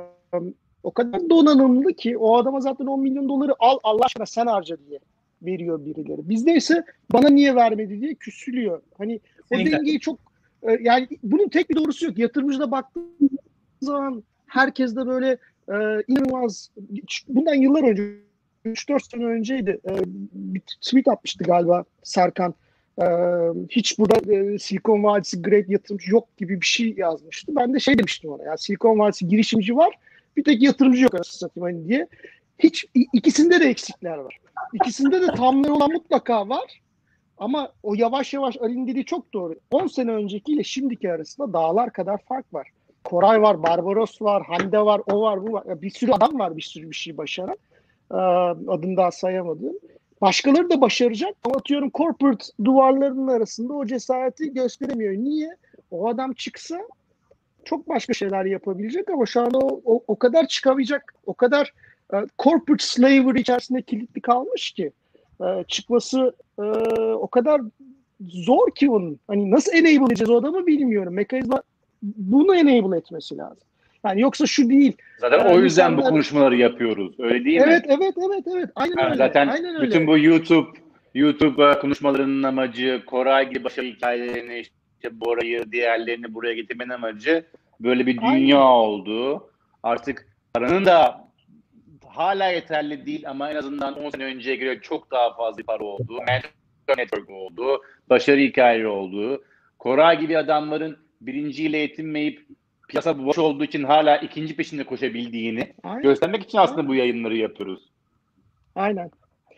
o kadar donanımlı ki o adama zaten on milyon doları al Allah aşkına sen harca diye veriyor birileri. Bizde ise bana niye vermedi diye küsülüyor. Hani o Kesinlikle. dengeyi çok e, yani bunun tek bir doğrusu yok. Yatırımcıda baktığın zaman herkes de böyle e, inanılmaz bundan yıllar önce üç dört sene önceydi. E, bir tweet atmıştı galiba Serkan. E, hiç burada e, Silikon Vadisi great yatırımcı yok gibi bir şey yazmıştı. Ben de şey demiştim ona. Ya Silikon Vadisi girişimci var. Bir tek yatırımcı yok arasını satayım hani diye. Hiç ikisinde de eksikler var. İkisinde de tamları olan mutlaka var. Ama o yavaş yavaş Ali'nin dediği çok doğru. on sene öncekiyle şimdiki arasında dağlar kadar fark var. Koray var, Barbaros var, Hande var, o var, bu var. Bir sürü adam var bir sürü bir şey başaran. Ee, adını daha sayamadım. Başkaları da başaracak ama atıyorum corporate duvarlarının arasında o cesareti gösteremiyor. Niye? O adam çıksa çok başka şeyler yapabilecek ama şu anda o, o, o kadar çıkamayacak, o kadar e, corporate slavery içerisinde kilitli kalmış ki e, çıkması e, o kadar zor ki onun. Hani nasıl enable edeceğiz o adamı bilmiyorum. Mekanizma bunu enable etmesi lazım. Yani yoksa şu değil. Zaten Yani o yüzden insanlar... bu konuşmaları yapıyoruz. Öyle değil evet, mi? Evet, evet, evet. Aynen Yani öyle. zaten Aynen bütün öyle. bu YouTube YouTube konuşmalarının amacı, Koray gibi başarı hikayelerini, işte Bora'yı, diğerlerini buraya getirmenin amacı böyle bir dünya Aynen. oldu. Artık paranın da hala yeterli değil ama en azından on sene önceye göre çok daha fazla para oldu. Mentor network oldu. Başarı hikayeleri oldu. Koray gibi adamların birinciyle yetinmeyip piyasa boş olduğu için hala ikinci peşinde koşabildiğini Aynen. göstermek için aslında Aynen. bu yayınları yapıyoruz. Aynen.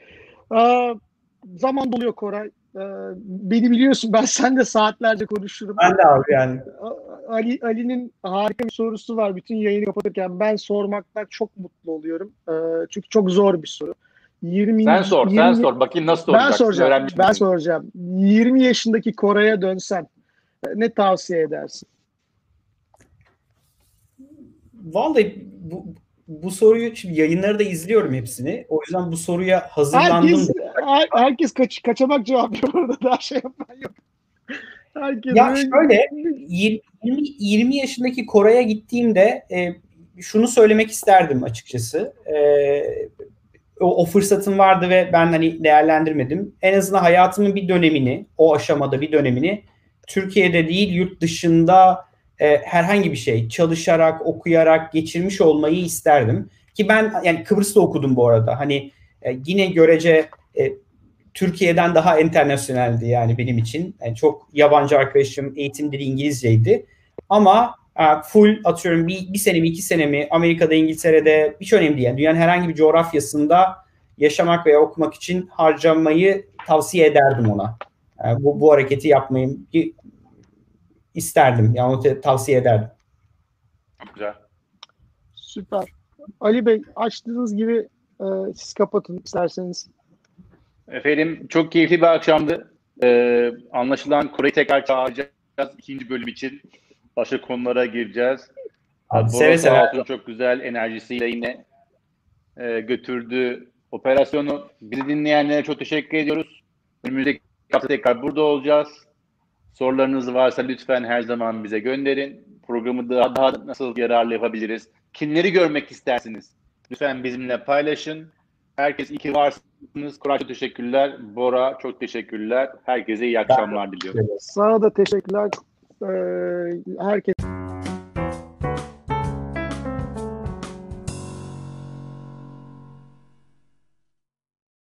Ee, zaman doluyor Koray. Ee, beni biliyorsun ben sen de saatlerce konuşurum. Ben de abi yani. Ali Ali'nin harika bir sorusu var. Bütün yayını kapatırken ben sormaktan çok mutlu oluyorum. Ee, çünkü çok zor bir soru. yirmi Sen sor, yirmi sen sor. Bakayım nasıl Ben soracaksın. soracağım. Öğrenmiş Ben misin? soracağım. yirmi yaşındaki Koray'a dönsen ne tavsiye edersin? Vallahi bu, bu soruyu şimdi yayınları da izliyorum hepsini. O yüzden bu soruya hazırlandım. Herkes, her, herkes kaç, kaçamak cevap orada daha şey yapan yok. Herkes Ya böyle... şöyle yirmi, yirmi yaşındaki Koray'a gittiğimde e, şunu söylemek isterdim açıkçası. E, o, o fırsatım vardı ve ben hani değerlendirmedim. En azından hayatımın bir dönemini, o aşamada bir dönemini Türkiye'de değil yurt dışında e, herhangi bir şey çalışarak, okuyarak geçirmiş olmayı isterdim. Ki ben yani Kıbrıs'ta okudum bu arada. Hani e, yine görece e, Türkiye'den daha internasyoneldi yani benim için. Yani çok yabancı arkadaşım, eğitim dili İngilizceydi. Ama uh, full atıyorum bir, bir senemi, iki senemi Amerika'da, İngiltere'de hiç önemli değil. Yani dünyanın herhangi bir coğrafyasında yaşamak veya okumak için harcamayı tavsiye ederdim ona. Yani bu, bu hareketi yapmayı isterdim. Yani onu tavsiye ederdim. Güzel. Süper. Ali Bey açtığınız gibi e, siz kapatın isterseniz. Efendim çok keyifli bir akşamdı. Ee, anlaşılan Koray'ı tekrar çağıracağız ikinci bölüm için. Başka konulara gireceğiz. Abi, Bora seve sağ seve. olsun çok güzel enerjisiyle yine e, götürdü operasyonu. Bizi dinleyenlere çok teşekkür ediyoruz. Önümüzdeki hafta tekrar burada olacağız. Sorularınız varsa lütfen her zaman bize gönderin. Programı daha, daha nasıl yararlı yapabiliriz? Kimleri görmek istersiniz? Lütfen bizimle paylaşın. Herkes iyi ki varsınız. Koray çok teşekkürler. Bora çok teşekkürler. Herkese iyi akşamlar diliyorum. Sana da teşekkürler. Ee, herkes